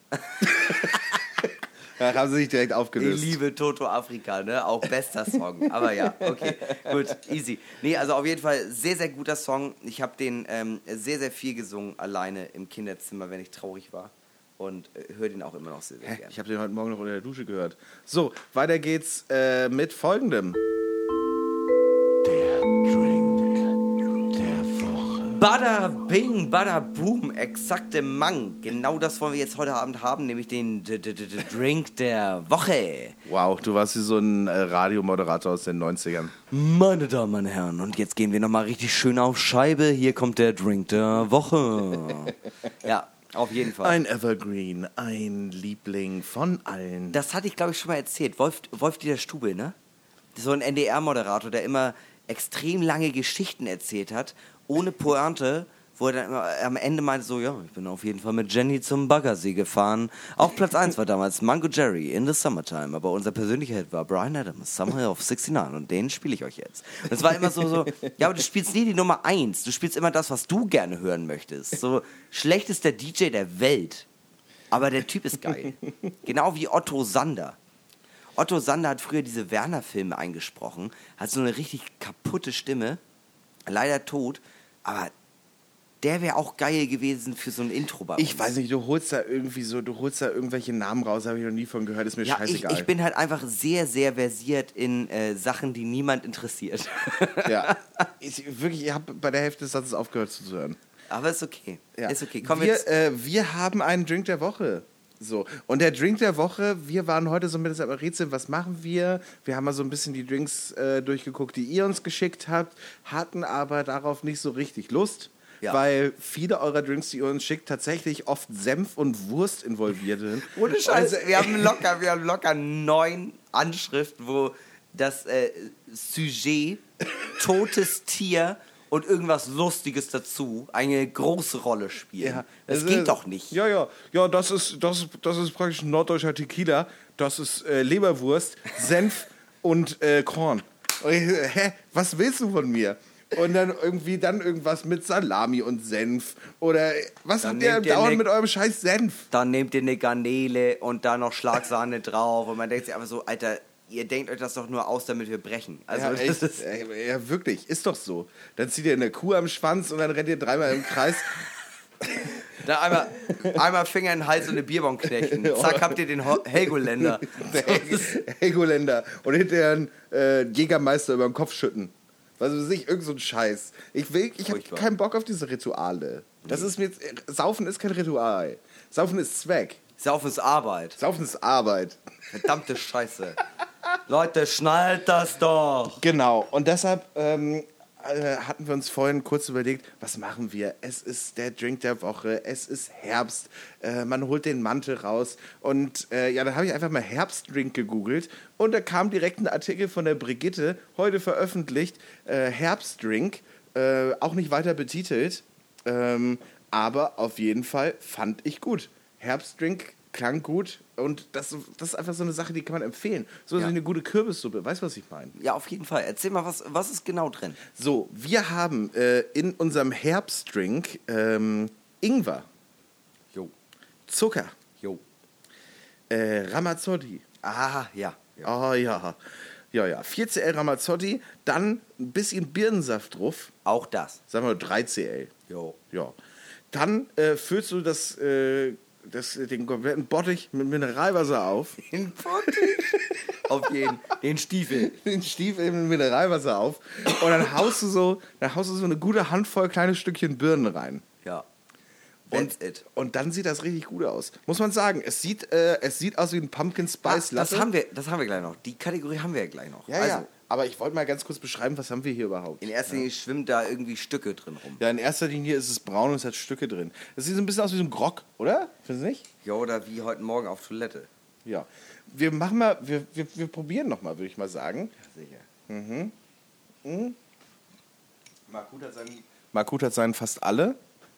Da haben sie sich direkt Ich aufgelöst. liebe Toto Afrika, ne? Auch bester Song. Aber ja, okay, gut, easy. Nee, also auf jeden Fall sehr, sehr guter Song. Ich habe den ähm, sehr, sehr viel gesungen, alleine im Kinderzimmer, wenn ich traurig war. Und äh, höre den auch immer noch sehr, sehr Hä? gerne. Ich habe den heute Morgen noch unter der Dusche gehört. So, weiter geht's äh, mit folgendem. Der Drink der Woche. Bada bing, bada boom, exakte Mang. Genau das wollen wir jetzt heute Abend haben, nämlich den D- D- D- D- Drink der Woche. Wow, du warst wie so ein äh, Radiomoderator aus den neunzigern. Meine Damen und Herren, und jetzt gehen wir nochmal richtig schön auf Scheibe. Hier kommt der Drink der Woche. Ja, auf jeden Fall. Ein Evergreen, ein Liebling von allen. Das hatte ich, glaube ich, schon mal erzählt. Wolf, Wolf-Dieter Stubel, ne? So ein N D R-Moderator, der immer extrem lange Geschichten erzählt hat, ohne Pointe, wo er dann immer am Ende meinte so, ja, ich bin auf jeden Fall mit Jenny zum Baggersee gefahren. Auch Platz eins war damals Mango Jerry in the Summertime, aber unser persönlicher Hit war Bryan Adams, Summer of sixty-nine, und den spiele ich euch jetzt. Und es war immer so, so, ja, aber du spielst nie die Nummer eins, du spielst immer das, was du gerne hören möchtest. So schlechtester D J der Welt. Aber der Typ ist geil. Genau wie Otto Sander. Otto Sander hat früher diese Werner-Filme eingesprochen, hat so eine richtig kaputte Stimme, leider tot, aber der wäre auch geil gewesen für so ein Intro bei uns. Ich weiß nicht, du holst da irgendwie so, du holst da irgendwelche Namen raus, habe ich noch nie von gehört, ist mir Ja, ich, scheißegal. ich bin halt einfach sehr, sehr versiert in äh, Sachen, die niemand interessiert. ja. Ich, wirklich, ich habe bei der Hälfte des Satzes aufgehört zuzuhören. Aber ist okay. Ja. Ist okay. Komm wir, jetzt. äh, wir haben einen Drink der Woche. So, und der Drink der Woche, wir waren heute so ein bisschen am Rätsel, was machen wir? Wir haben mal so ein bisschen die Drinks äh, durchgeguckt, die ihr uns geschickt habt, hatten aber darauf nicht so richtig Lust, Ja. weil viele eurer Drinks, die ihr uns schickt, tatsächlich oft Senf und Wurst involviert sind. Ohne Scheiße, wir haben locker, wir haben locker neun Anschriften, wo das äh, Sujet, totes Tier und irgendwas Lustiges dazu eine große Rolle spielen. Ja, das es geht ist- doch nicht. Ja, ja, ja, das ist, das, das ist praktisch ein norddeutscher Tequila. Das ist äh, Leberwurst, Senf und äh, Korn. Und ich, äh, hä, was willst du von mir? Und dann irgendwie dann irgendwas mit Salami und Senf. Oder äh, was Dann habt ihr nehmt ihr dauernd ne- mit eurem scheiß Senf? Dann nehmt ihr eine Garnele und da noch Schlagsahne drauf und man denkt sich einfach so, Alter, ihr denkt euch das doch nur aus, damit wir brechen. Also Ja, das echt, ist, äh, ja, wirklich, ist doch so. Dann zieht ihr eine Kuh am Schwanz und dann rennt ihr dreimal im Kreis. dann einmal, einmal Finger in den Hals und eine Bierbon knechten. Zack, habt ihr den Ho- Helgoländer. Der Helgoländer. Und hinterher einen äh, Jägermeister über den Kopf schütten. Was weiß ich, irgend so ein Scheiß. Ich will, ich habe Furchtbar. keinen Bock auf diese Rituale. Das ist mir jetzt, Saufen ist kein Ritual. Saufen ist Zweck. Saufen ist Arbeit. Saufen ist Arbeit. Verdammte Scheiße. Leute, schnallt das doch. Genau. Und deshalb ähm, äh, hatten wir uns vorhin kurz überlegt, was machen wir? Es ist der Drink der Woche, es ist Herbst, äh, man holt den Mantel raus. Und äh, ja, dann habe ich einfach mal Herbstdrink gegoogelt und da kam direkt ein Artikel von der Brigitte, heute veröffentlicht, äh, Herbstdrink, äh, auch nicht weiter betitelt, ähm, aber auf jeden Fall fand ich gut. Herbstdrink klang gut und das, das ist einfach so eine Sache, die kann man empfehlen. So Ja. wie eine gute Kürbissuppe, weißt du, was ich meine? Ja, auf jeden Fall. Erzähl mal, was, was ist genau drin? So, wir haben äh, in unserem Herbstdrink ähm, Ingwer, Jo. Zucker, Jo. äh, Ramazzotti. Ah, ja. ja. Oh ja, ja, ja. vier C L Ramazzotti, dann ein bisschen Birnensaft drauf, Auch das. sagen wir drei C L. Jo. Ja. Dann äh, füllst du das, äh, das, den kompletten Bottich mit Mineralwasser auf. Den Bottich. Auf jeden. Den Stiefel. Den Stiefel mit Mineralwasser auf. Und dann haust du so, dann haust du so eine gute Handvoll kleine Stückchen Birnen rein. Ja. Und, That's it. und dann sieht das richtig gut aus. Muss man sagen, es sieht, äh, es sieht aus wie ein Pumpkin Ah, Spice Latte. das, haben wir, das haben wir gleich noch. Die Kategorie haben wir ja gleich noch. ja, also, ja. Aber ich wollte mal ganz kurz beschreiben, was haben wir hier überhaupt. in erster Linie schwimmen da irgendwie Stücke drin rum. Ja, in erster Linie ist es braun und es hat Stücke drin. Das sieht so ein bisschen aus wie so ein Grog, oder? Findest du nicht? Ja, oder wie heute Morgen auf Toilette. Ja. Wir machen mal, wir, wir, wir probieren nochmal, würde ich mal sagen. Sicher. Markut hat seinen, Markut hat seinen fast alle.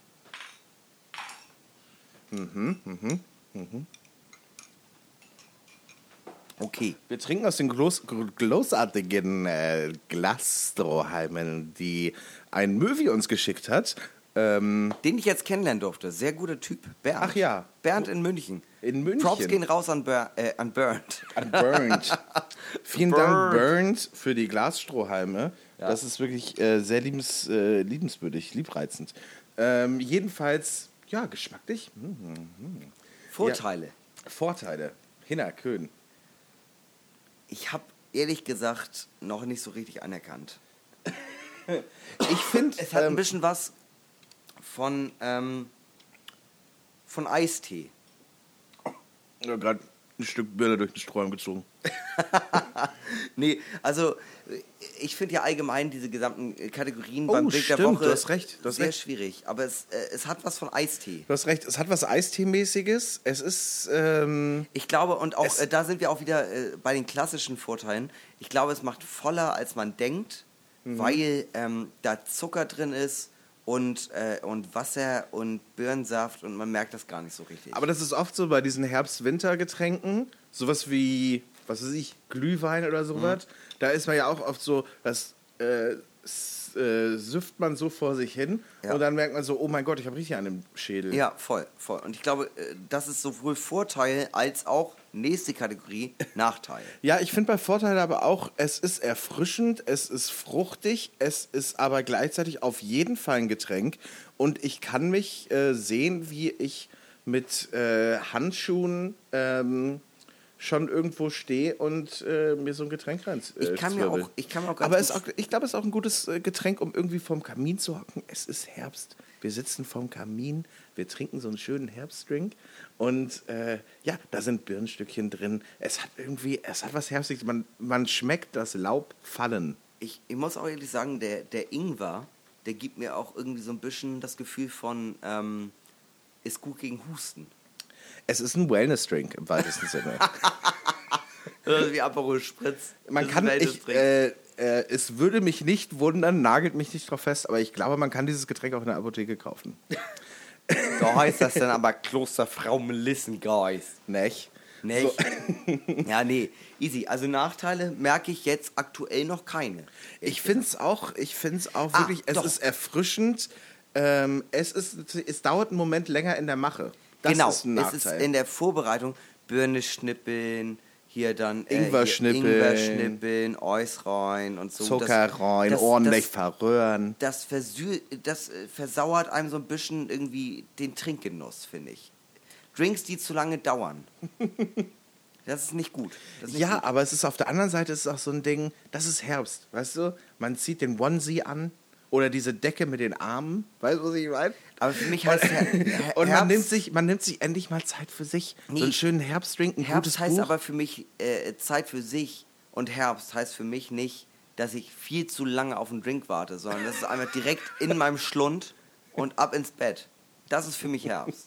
Okay. Wir trinken aus den groß, großartigen äh, Glasstrohhalmen, die ein Möwi uns geschickt hat. Ähm, Den ich jetzt kennenlernen durfte. Sehr guter Typ. Bernd. Ach ja. Bernd in München. In München. Props gehen raus an, Ber äh, an Bernd. an Burnt. Vielen Dank, Burnt, für die Glasstrohhalme. Ja. Das ist wirklich äh, sehr liebens, äh, liebenswürdig, liebreizend. Ähm, jedenfalls, ja, geschmacklich. Hm. Vorteile. Vorteile. Hinner, Köhn. Ich habe ehrlich gesagt noch nicht so richtig anerkannt. Ich finde, Es hat ein ähm, bisschen was von, ähm, von Eistee. ja, gerade ein Stück Birne durch den Strohhalm gezogen. Nee, also ich finde ja allgemein diese gesamten Kategorien Oh, beim Blick der stimmt, Woche du hast recht, du hast sehr recht. schwierig. Aber es, äh, es hat was von Eistee. Du hast recht, es hat was Eistee-mäßiges. Es ist, ähm, Ich glaube, und auch Es- äh, da sind wir auch wieder äh, bei den klassischen Vorteilen. Ich glaube, es macht voller, als man denkt, Mhm. weil ähm, da Zucker drin ist und, äh, und Wasser und Birnensaft und man merkt das gar nicht so richtig. aber das ist oft so bei diesen Herbst-Winter-Getränken, sowas wie, was weiß ich, Glühwein oder sowas. Da ist man ja auch oft so, das äh, s- äh, süfft man so vor sich hin Ja. und dann merkt man so, oh mein Gott, ich habe richtig einen im Schädel. Ja, voll, voll. Und ich glaube, äh, das ist sowohl Vorteil als auch nächste Kategorie Nachteil. Ja, ich finde bei Vorteile aber auch, es ist erfrischend, es ist fruchtig, es ist aber gleichzeitig auf jeden Fall ein Getränk und ich kann mich äh, sehen, wie ich mit äh, Handschuhen ähm, schon irgendwo stehe und äh, mir so ein Getränk rein äh, Ich kann mir zwirbel. auch- ich kann mir auch ganz Aber es gut- auch, ich glaube, es ist auch ein gutes äh, Getränk, um irgendwie vorm Kamin zu hocken. Es ist Herbst, wir sitzen vorm Kamin, wir trinken so einen schönen Herbstdrink und äh, ja, da sind Birnenstückchen drin. Es hat irgendwie, es hat was Herbstliches. Man, man schmeckt das Laub fallen. Ich, ich muss auch ehrlich sagen, der, der Ingwer, der gibt mir auch irgendwie so ein bisschen das Gefühl von, ähm, ist gut gegen Husten. Es ist ein Wellness-Drink im weitesten Sinne. Wie Aperol Spritz. Man Das kann, ist ein ich, äh, äh, es würde mich nicht wundern, nagelt mich nicht drauf fest, aber ich glaube, man kann dieses Getränk auch in der Apotheke kaufen. Da heißt das dann aber Klosterfrau Melissengeist. Nicht? Nicht? Ja, nee, easy. Also Nachteile merke ich jetzt aktuell noch keine. Ich finde es auch, ich find's auch Ah, wirklich, es doch. ist erfrischend. Ähm, es, ist, es dauert einen Moment länger in der Mache. Das genau, ist ein es Nachteil. ist in der Vorbereitung Birne schnippeln, hier dann äh, Ingwer hier schnippeln. Ingwer schnippeln, Eis rein und so. Zucker Das- rein, das- ordentlich das, verrühren. das, versü das äh, versauert einem so ein bisschen irgendwie den Trinkgenuss, finde ich. Drinks, die zu lange dauern. Das ist nicht gut. Das ist nicht Ja, gut. aber es ist auf der anderen Seite ist es auch so ein Ding, das ist Herbst, weißt du? Man zieht den Onesie an oder diese Decke mit den Armen, weißt du, was ich meine? Aber für mich heißt Her Her Und man Herbst- nimmt, sich, man nimmt sich endlich mal Zeit für sich. Nee. So einen schönen Herbstdrink, ein Herbst gutes heißt Buch. aber für mich äh, Zeit für sich und Herbst heißt für mich nicht, dass ich viel zu lange auf einen Drink warte, sondern das ist einfach direkt in meinem Schlund und ab ins Bett. Das ist für mich Herbst.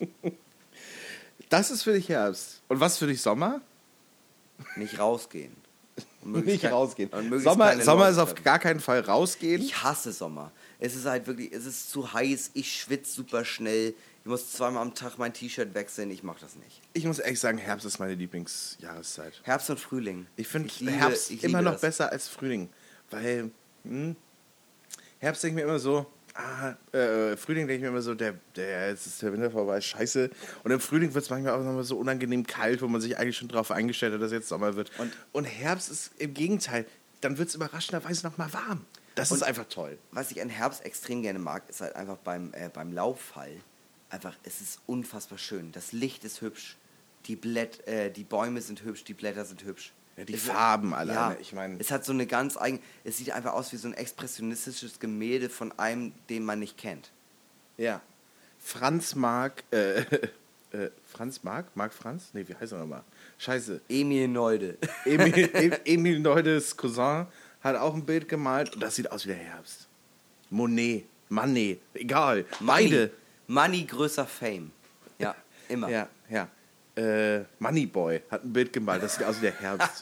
Das ist für dich Herbst. Und was für dich Sommer? Nicht rausgehen. Und möglichst Nicht kein- rausgehen. und möglichst Sommer, keine Sommer Leute ist auf treffen. gar keinen Fall rausgehen. Ich hasse Sommer. Es ist halt wirklich, es ist zu heiß, ich schwitze super schnell, ich muss zweimal am Tag mein T-Shirt wechseln, ich mach das nicht. Ich muss ehrlich sagen, Herbst ist meine Lieblingsjahreszeit. Herbst und Frühling. Ich finde liebe- Herbst ich immer liebe noch das. besser als Frühling. Weil, hm, Herbst denke ich mir immer so, ah, äh, Frühling denke ich mir immer so, der, der, jetzt ist der Winter vorbei, scheiße. Und im Frühling wird es manchmal auch nochmal so unangenehm kalt, wo man sich eigentlich schon drauf eingestellt hat, dass jetzt Sommer wird. Und, und Herbst ist im Gegenteil, dann wird es überraschenderweise nochmal warm. Das Und- ist einfach toll. Was ich an Herbst extrem gerne mag, ist halt einfach beim, äh, beim Lauffall. Einfach, es ist unfassbar schön. Das Licht ist hübsch. Die, Blätt, äh, die Bäume sind hübsch, die Blätter sind hübsch. Ja, die Es- Farben alleine, Ja, ich meine- es hat so eine ganz eigen. Es sieht einfach aus wie so ein expressionistisches Gemälde von einem, den man nicht kennt. Ja. Franz Marc, äh, äh, Franz Marc? Marc Franz? Nee, wie heißt er nochmal? Scheiße. Emil Neude. Emil, em, Emil Neudes Cousin hat auch ein Bild gemalt und das sieht aus wie der Herbst. Monet, Manet, egal. Beide. Money größer Fame. Ja, immer. Ja, ja. Äh, Moneyboy hat ein Bild gemalt, das sieht aus wie der Herbst.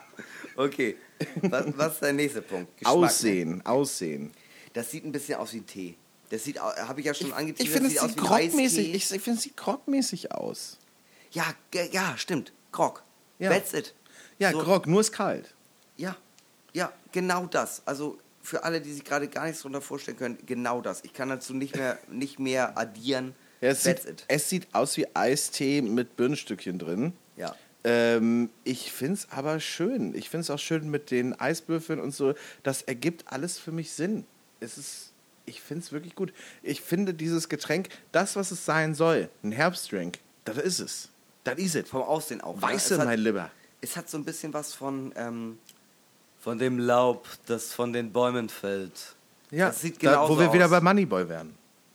Okay. Was, was ist der nächste Punkt? Geschmack, ne? Aussehen, Aussehen. Das sieht ein bisschen aus wie ein Tee. Das sieht, habe ich ja schon angeteasert. Ich finde, es das sieht aus wie ein grogmäßig, Eistee. ich, ich finde, es sieht grogmäßig aus. Ja, ge- ja, stimmt. Grog. Ja. That's it. Ja, So, Grog, nur ist kalt. Ja, ja, genau das. Also für alle, die sich gerade gar nichts darunter vorstellen können, genau das. Ich kann dazu nicht mehr, nicht mehr addieren. Ja, es, That's sieht, it. es sieht aus wie Eistee mit Birnenstückchen drin. Ja. Ähm, ich finde es aber schön. Ich finde es auch schön mit den Eiswürfeln und so. Das ergibt alles für mich Sinn. Es ist, ich finde es wirklich gut. Ich finde dieses Getränk, das, was es sein soll, ein Herbstdrink, das ist es. Das ist es. Vom Aussehen auch. ne? Weiße, Es hat- mein Lieber. Es hat so ein bisschen was von, ähm, von dem Laub, das von den Bäumen fällt. Ja, das sieht da, genauso wo wir wieder aus. bei Moneyboy wären.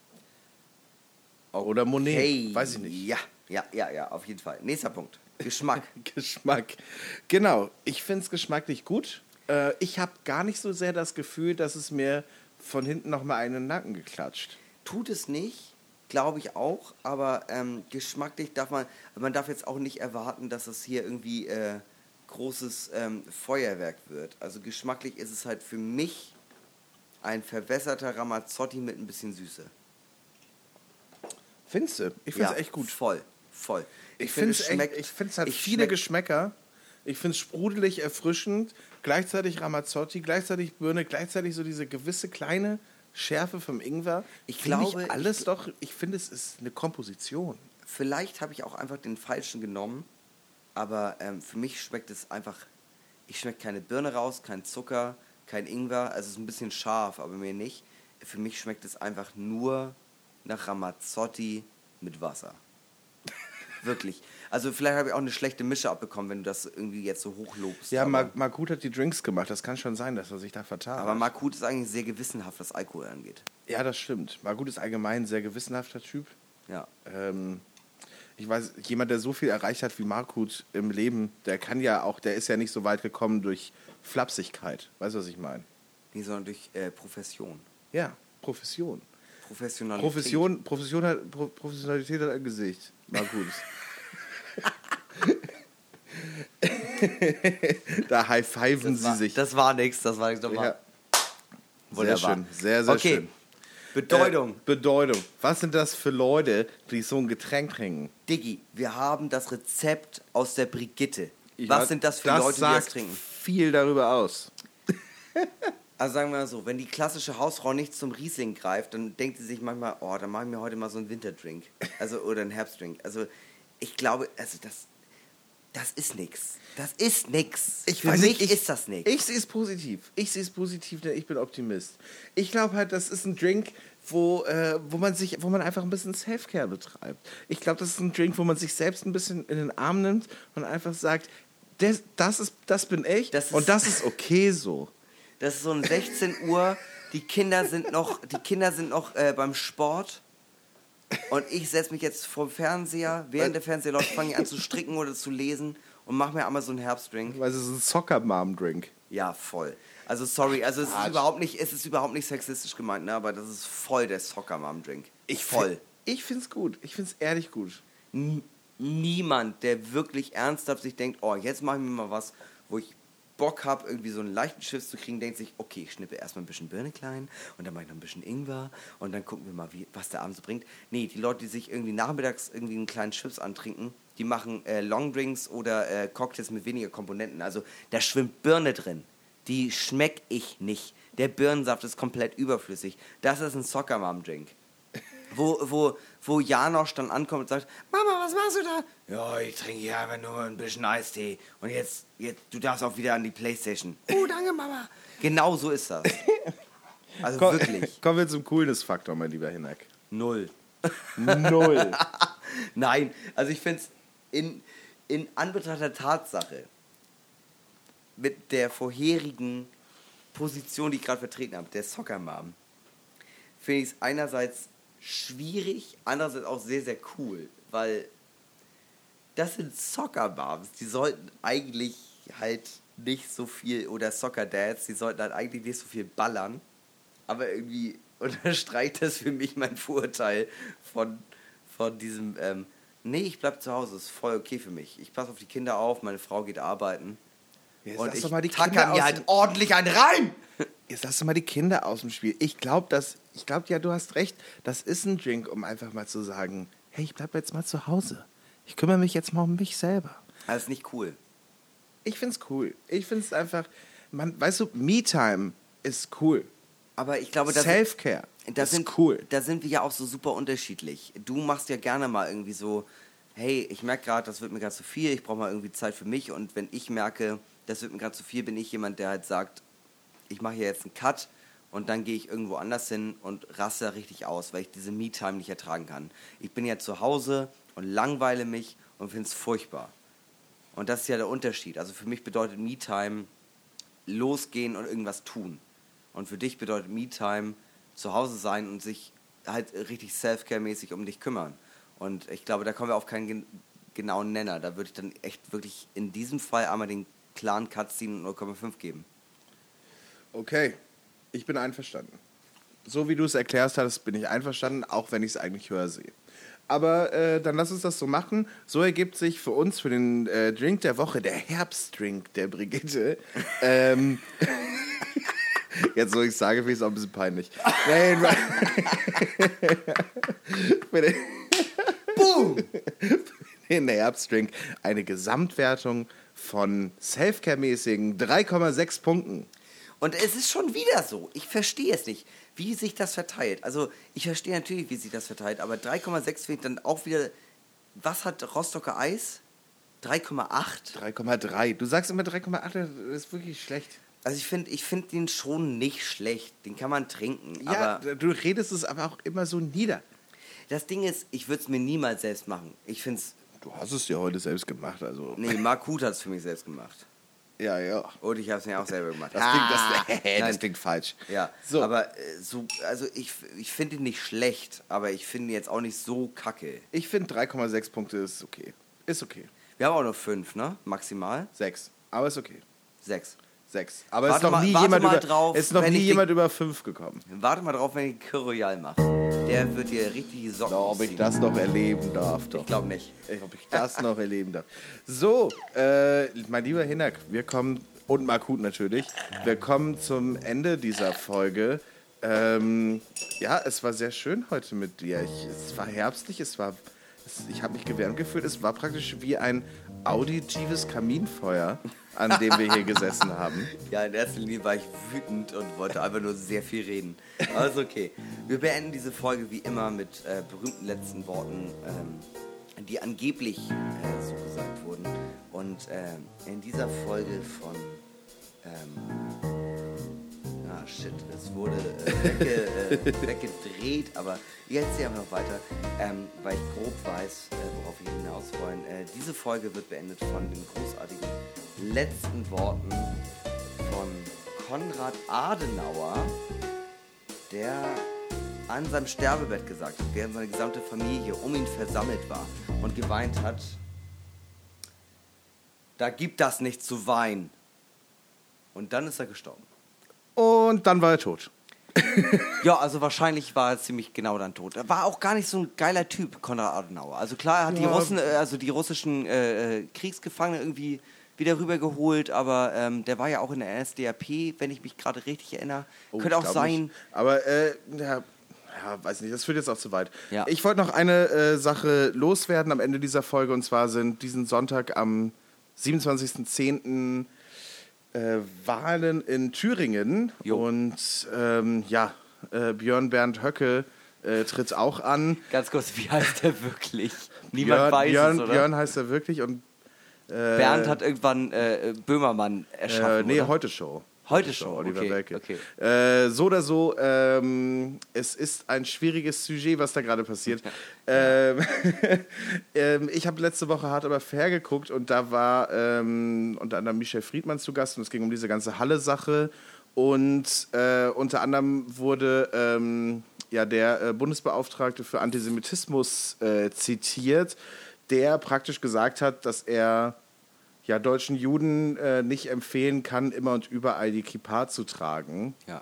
Oder Monet, Hey, weiß ich nicht. Ja, ja, ja, ja, auf jeden Fall. Nächster Punkt. Geschmack. Geschmack. Genau, ich finde es geschmacklich gut. Äh, ich habe gar nicht so sehr das Gefühl, dass es mir von hinten nochmal einen in den Nacken geklatscht. Tut es nicht, glaube ich auch, aber ähm, geschmacklich darf man, man darf jetzt auch nicht erwarten, dass es hier irgendwie äh, großes ähm, Feuerwerk wird. Also geschmacklich ist es halt für mich ein verwässerter Ramazzotti mit ein bisschen Süße. Findest du? Ich finde es Ja, echt gut. Voll, voll. Ich finde es schmeckt- ich find's hat ich viele schmeck- Geschmäcker. Ich finde es sprudelig, erfrischend, gleichzeitig Ramazzotti, gleichzeitig Birne, gleichzeitig so diese gewisse kleine Schärfe vom Ingwer. Ich Finde glaube, ich alles ich- doch, ich finde es ist eine Komposition. Vielleicht habe ich auch einfach den falschen genommen, aber ähm, für mich schmeckt es einfach, ich schmecke keine Birne raus, kein Zucker, kein Ingwer, also es ist ein bisschen scharf, aber mir nicht. Für mich schmeckt es einfach nur nach Ramazzotti mit Wasser. Wirklich. Also vielleicht habe ich auch eine schlechte Mische abbekommen, wenn du das irgendwie jetzt so hochlobst. Ja, aber, Mark, Markut hat die Drinks gemacht. Das kann schon sein, dass er sich da vertan aber hat. Markut ist eigentlich sehr gewissenhaft, was Alkohol angeht. Ja, das stimmt. Markut ist allgemein ein sehr gewissenhafter Typ. Ja. Ähm, ich weiß, jemand, der so viel erreicht hat wie Markut im Leben, der kann ja auch, der ist ja nicht so weit gekommen durch Flapsigkeit. Weißt du, was ich meine? Nee, sondern durch äh, Profession. Ja, Profession. Professionalität. Profession, Profession hat, Pro, Professionalität hat ein Gesicht. Markut. Da high-fiven Das sie war, sich. das war nix, das war nix. Das war Ja. Sehr wunderbar. schön, sehr, sehr Okay. schön. Bedeutung. Äh, Bedeutung. Was sind das für Leute, die so ein Getränk trinken? Diggi, wir haben das Rezept aus der Brigitte. Ich Was weiß, sind das für das Leute, die das sagt trinken? viel darüber aus. Also sagen wir mal so, wenn die klassische Hausfrau nicht zum Riesling greift, dann denkt sie sich manchmal, oh, dann mache ich mir heute mal so einen Winterdrink. Also, oder einen Herbstdrink. Also ich glaube, also das, das ist nix. Das ist nix. Ich Für weiß mich nicht, ich- ist das nix. Ich sehe es positiv. Ich sehe es positiv, denn ich bin Optimist. Ich glaube halt, das ist ein Drink, wo, äh, wo man sich, wo man einfach ein bisschen Self-Care betreibt. Ich glaube, das ist ein Drink, wo man sich selbst ein bisschen in den Arm nimmt und einfach sagt, das, das, ist, das bin ich Das ist- und das ist okay so. Das ist so um sechzehn Uhr, die Kinder sind noch, die Kinder sind noch äh, beim Sport und ich setze mich jetzt vor dem Fernseher, während der Fernseher läuft, fange ich an zu stricken oder zu lesen und mache mir einmal so einen Herbstdrink. Weil es ist ein Soccer-Mom-Drink. Ja, voll. Also sorry, also es ist Quatsch. überhaupt nicht, es ist überhaupt nicht sexistisch gemeint, ne? Aber das ist voll der Soccer-Mom-Drink. Ich voll. Ich finde es gut. Ich finde es ehrlich gut. N- niemand, der wirklich ernsthaft sich denkt, oh, jetzt mache ich mir mal was, wo ich Bock habe, irgendwie so einen leichten Schiff zu kriegen, denkt sich, okay, ich schnippe erstmal ein bisschen Birne klein und dann mache ich noch ein bisschen Ingwer und dann gucken wir mal, wie, was der Abend so bringt. Nee, die Leute, die sich irgendwie nachmittags irgendwie einen kleinen Chips antrinken, die machen äh, Longdrinks oder äh, Cocktails mit weniger Komponenten. Also da schwimmt Birne drin. Die schmeck ich nicht. Der Birnensaft ist komplett überflüssig. Das ist ein Soccer-Mom-Drink. Wo, wo, wo Janosch dann ankommt und sagt, Mama, was machst du da? Ja, ich trinke hier einfach nur ein bisschen Eistee. Und jetzt, jetzt, du darfst auch wieder an die Playstation. Oh, danke, Mama. Genau so ist das. Also Komm, wirklich. Kommen wir zum Coolness-Faktor, mein lieber Hinak. Null. Null. Nein, also ich finde es in, in Anbetracht der Tatsache, mit der vorherigen Position, die ich gerade vertreten habe, der Soccer-Mom, finde ich es einerseits schwierig, andererseits auch sehr, sehr cool, weil das sind Soccer-Moms, die sollten eigentlich halt nicht so viel, oder Soccer-Dads, die sollten halt eigentlich nicht so viel ballern, aber irgendwie unterstreicht das für mich mein Vorurteil von, von diesem, ähm, nee, ich bleib zu Hause, ist voll okay für mich. Ich passe auf die Kinder auf, meine Frau geht arbeiten. Jetzt und lass ich doch mal die tacker Kinder mir aus halt dem- ordentlich einen rein! Jetzt lass doch mal die Kinder aus dem Spiel. Ich glaube, dass, ich glaube, ja, du hast recht. Das ist ein Drink, um einfach mal zu sagen, hey, ich bleib jetzt mal zu Hause. Ich kümmere mich jetzt mal um mich selber. Das ist nicht cool. Ich find's cool. Ich find's einfach, man, weißt du, Me-Time ist cool. Aber ich glaube, das Self-Care Das ist sind, cool. Da sind wir ja auch so super unterschiedlich. Du machst ja gerne mal irgendwie so, hey, ich merke gerade, das wird mir gerade zu viel, ich brauche mal irgendwie Zeit für mich. Und wenn ich merke, das wird mir gerade zu viel, bin ich jemand, der halt sagt, ich mache hier jetzt einen Cut und dann gehe ich irgendwo anders hin und raste da richtig aus, weil ich diese Me-Time nicht ertragen kann. Ich bin ja zu Hause und langweile mich und finde es furchtbar. Und das ist ja der Unterschied. Also für mich bedeutet Me-Time losgehen und irgendwas tun. Und für dich bedeutet Me-Time zu Hause sein und sich halt richtig Self-Care-mäßig um dich kümmern. Und ich glaube, da kommen wir auf keinen gen genauen Nenner. Da würde ich dann echt wirklich in diesem Fall einmal den klaren Cut ziehen und null Komma fünf geben. Okay, ich bin einverstanden. So wie du es erklärst hast, bin ich einverstanden, auch wenn ich es eigentlich höher sehe. Aber äh, dann lass uns das so machen. So ergibt sich für uns, für den äh, Drink der Woche, der Herbstdrink der Brigitte. ähm, Jetzt, wo ich sage, finde ich es auch ein bisschen peinlich. Nein, für den, Boom! für den Herbstdrink eine Gesamtwertung von Selfcare-mäßigen drei Komma sechs Punkten. Und es ist schon wieder so. Ich verstehe es nicht, wie sich das verteilt. Also ich verstehe natürlich, wie sich das verteilt, aber drei Komma sechs finde ich dann auch wieder... Was hat Rostocker Eis? drei Komma acht? drei Komma drei. Du sagst immer drei Komma acht, das ist wirklich schlecht. Also ich finde ich find den schon nicht schlecht. Den kann man trinken. Ja, Aber du redest es aber auch immer so nieder. das Ding ist, ich würde es mir niemals selbst machen. Ich finde es... Du hast es ja heute selbst gemacht, also. Nee, Mark Huth hat es für mich selbst gemacht. Ja, ja. Und ich habe es mir auch selber gemacht. Das klingt, Ah! das, das Nein. klingt falsch. Ja, So. aber äh, so, also ich, ich finde ihn nicht schlecht, aber ich finde ihn jetzt auch nicht so kacke. Ich finde drei Komma sechs Punkte ist okay. Ist okay. Wir haben auch nur fünf, ne? Maximal. sechs. Aber ist okay. Sechs. sechs. Aber es Warte ist noch mal- nie warte jemand mal über, drauf, ist noch wenn nie ich den- jemand über fünf gekommen. Warte mal drauf, wenn ich Kir Royal mache. Der wird dir richtig die Socken Ob ich ausziehen. das noch erleben darf, doch. Ich glaube nicht. Ob ich das noch erleben darf. So, äh, mein lieber Hinak, wir kommen, und Markut natürlich, wir kommen zum Ende dieser Folge. Ähm, ja, es war sehr schön heute mit dir. Ich, es war herbstlich, es war, es, ich habe mich gewärmt gefühlt. Es war praktisch wie ein auditives Kaminfeuer, an dem wir hier gesessen haben. Ja, in erster Linie war ich wütend und wollte einfach nur sehr viel reden. Aber ist okay. Wir beenden diese Folge wie immer mit äh, berühmten letzten Worten, ähm, die angeblich äh, so gesagt wurden. Und ähm, in dieser Folge von... Ähm, ah, shit, es wurde äh, wegge, äh, weggedreht, aber ich erzähle einfach noch weiter, ähm, weil ich grob weiß, äh, worauf wir hinaus wollen. Äh, diese Folge wird beendet von den großartigen letzten Worten von Konrad Adenauer, der an seinem Sterbebett gesagt hat, während seine gesamte Familie um ihn versammelt war und geweint hat: Da gibt das nicht zu weinen. Und dann ist er gestorben. Und dann war er tot. Ja, also wahrscheinlich war er ziemlich genau dann tot. Er war auch gar nicht so ein geiler Typ, Konrad Adenauer. Also klar, er hat die Ja. Russen, äh, also die russischen äh, äh, Kriegsgefangenen irgendwie wieder rübergeholt, aber ähm, der war ja auch in der N S D A P, wenn ich mich gerade richtig erinnere. Oh, Könnte ich auch glaub sein. nicht. Aber, äh, ja, ja, weiß nicht, das führt jetzt auch zu weit. Ja. Ich wollte noch eine äh, Sache loswerden am Ende dieser Folge, und zwar sind diesen Sonntag am siebenundzwanzigsten zehnten Äh, Wahlen in Thüringen. Jo. Und ähm, ja, äh, Björn Bernd Höcke äh, tritt auch an. Ganz kurz, wie heißt der wirklich? Niemand Björn, weiß Björn, es, oder? Björn heißt er wirklich, und äh, Bernd hat irgendwann äh, Böhmermann äh, erschaffen, nee, oder? Heute Show. Heute Show, Oliver okay, Welke. okay. Äh, so oder so, ähm, es ist ein schwieriges Sujet, was da gerade passiert. ähm, ähm, ich habe letzte Woche hart aber fair geguckt, und da war ähm, unter anderem Michel Friedmann zu Gast, und es ging um diese ganze Halle-Sache, und äh, unter anderem wurde ähm, ja, der äh, Bundesbeauftragte für Antisemitismus äh, zitiert, der praktisch gesagt hat, dass er ja, deutschen Juden äh, nicht empfehlen kann, immer und überall die Kippa zu tragen. Ja.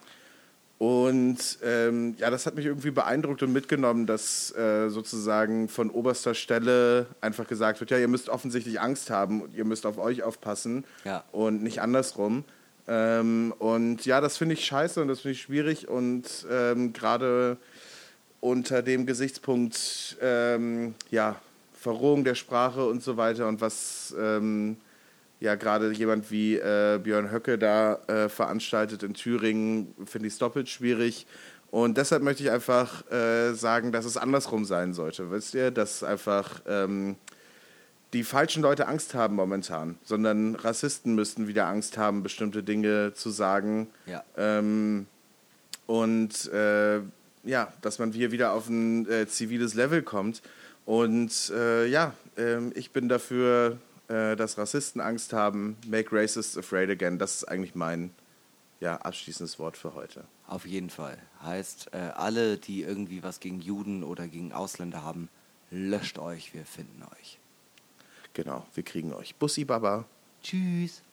Und ähm, ja, das hat mich irgendwie beeindruckt und mitgenommen, dass äh, sozusagen von oberster Stelle einfach gesagt wird, ja, ihr müsst offensichtlich Angst haben und ihr müsst auf euch aufpassen, Ja. und nicht andersrum. Ähm, und ja, das finde ich scheiße und das finde ich schwierig, und ähm, gerade unter dem Gesichtspunkt ähm, ja, Verrohung der Sprache und so weiter, und was ähm, ja gerade jemand wie äh, Björn Höcke da äh, veranstaltet in Thüringen, finde ich es doppelt schwierig. Und deshalb möchte ich einfach äh, sagen, dass es andersrum sein sollte. Wisst ihr, dass einfach ähm, die falschen Leute Angst haben momentan, sondern Rassisten müssten wieder Angst haben, bestimmte Dinge zu sagen. Ja. Ähm, und äh, ja, dass man hier wieder auf ein äh, ziviles Level kommt. Und äh, ja, äh, ich bin dafür, äh, dass Rassisten Angst haben. Make racists afraid again. Das ist eigentlich mein ja, abschließendes Wort für heute. Auf jeden Fall. Heißt, äh, alle, die irgendwie was gegen Juden oder gegen Ausländer haben, löscht euch, wir finden euch. Genau, wir kriegen euch. Bussi Baba. Tschüss.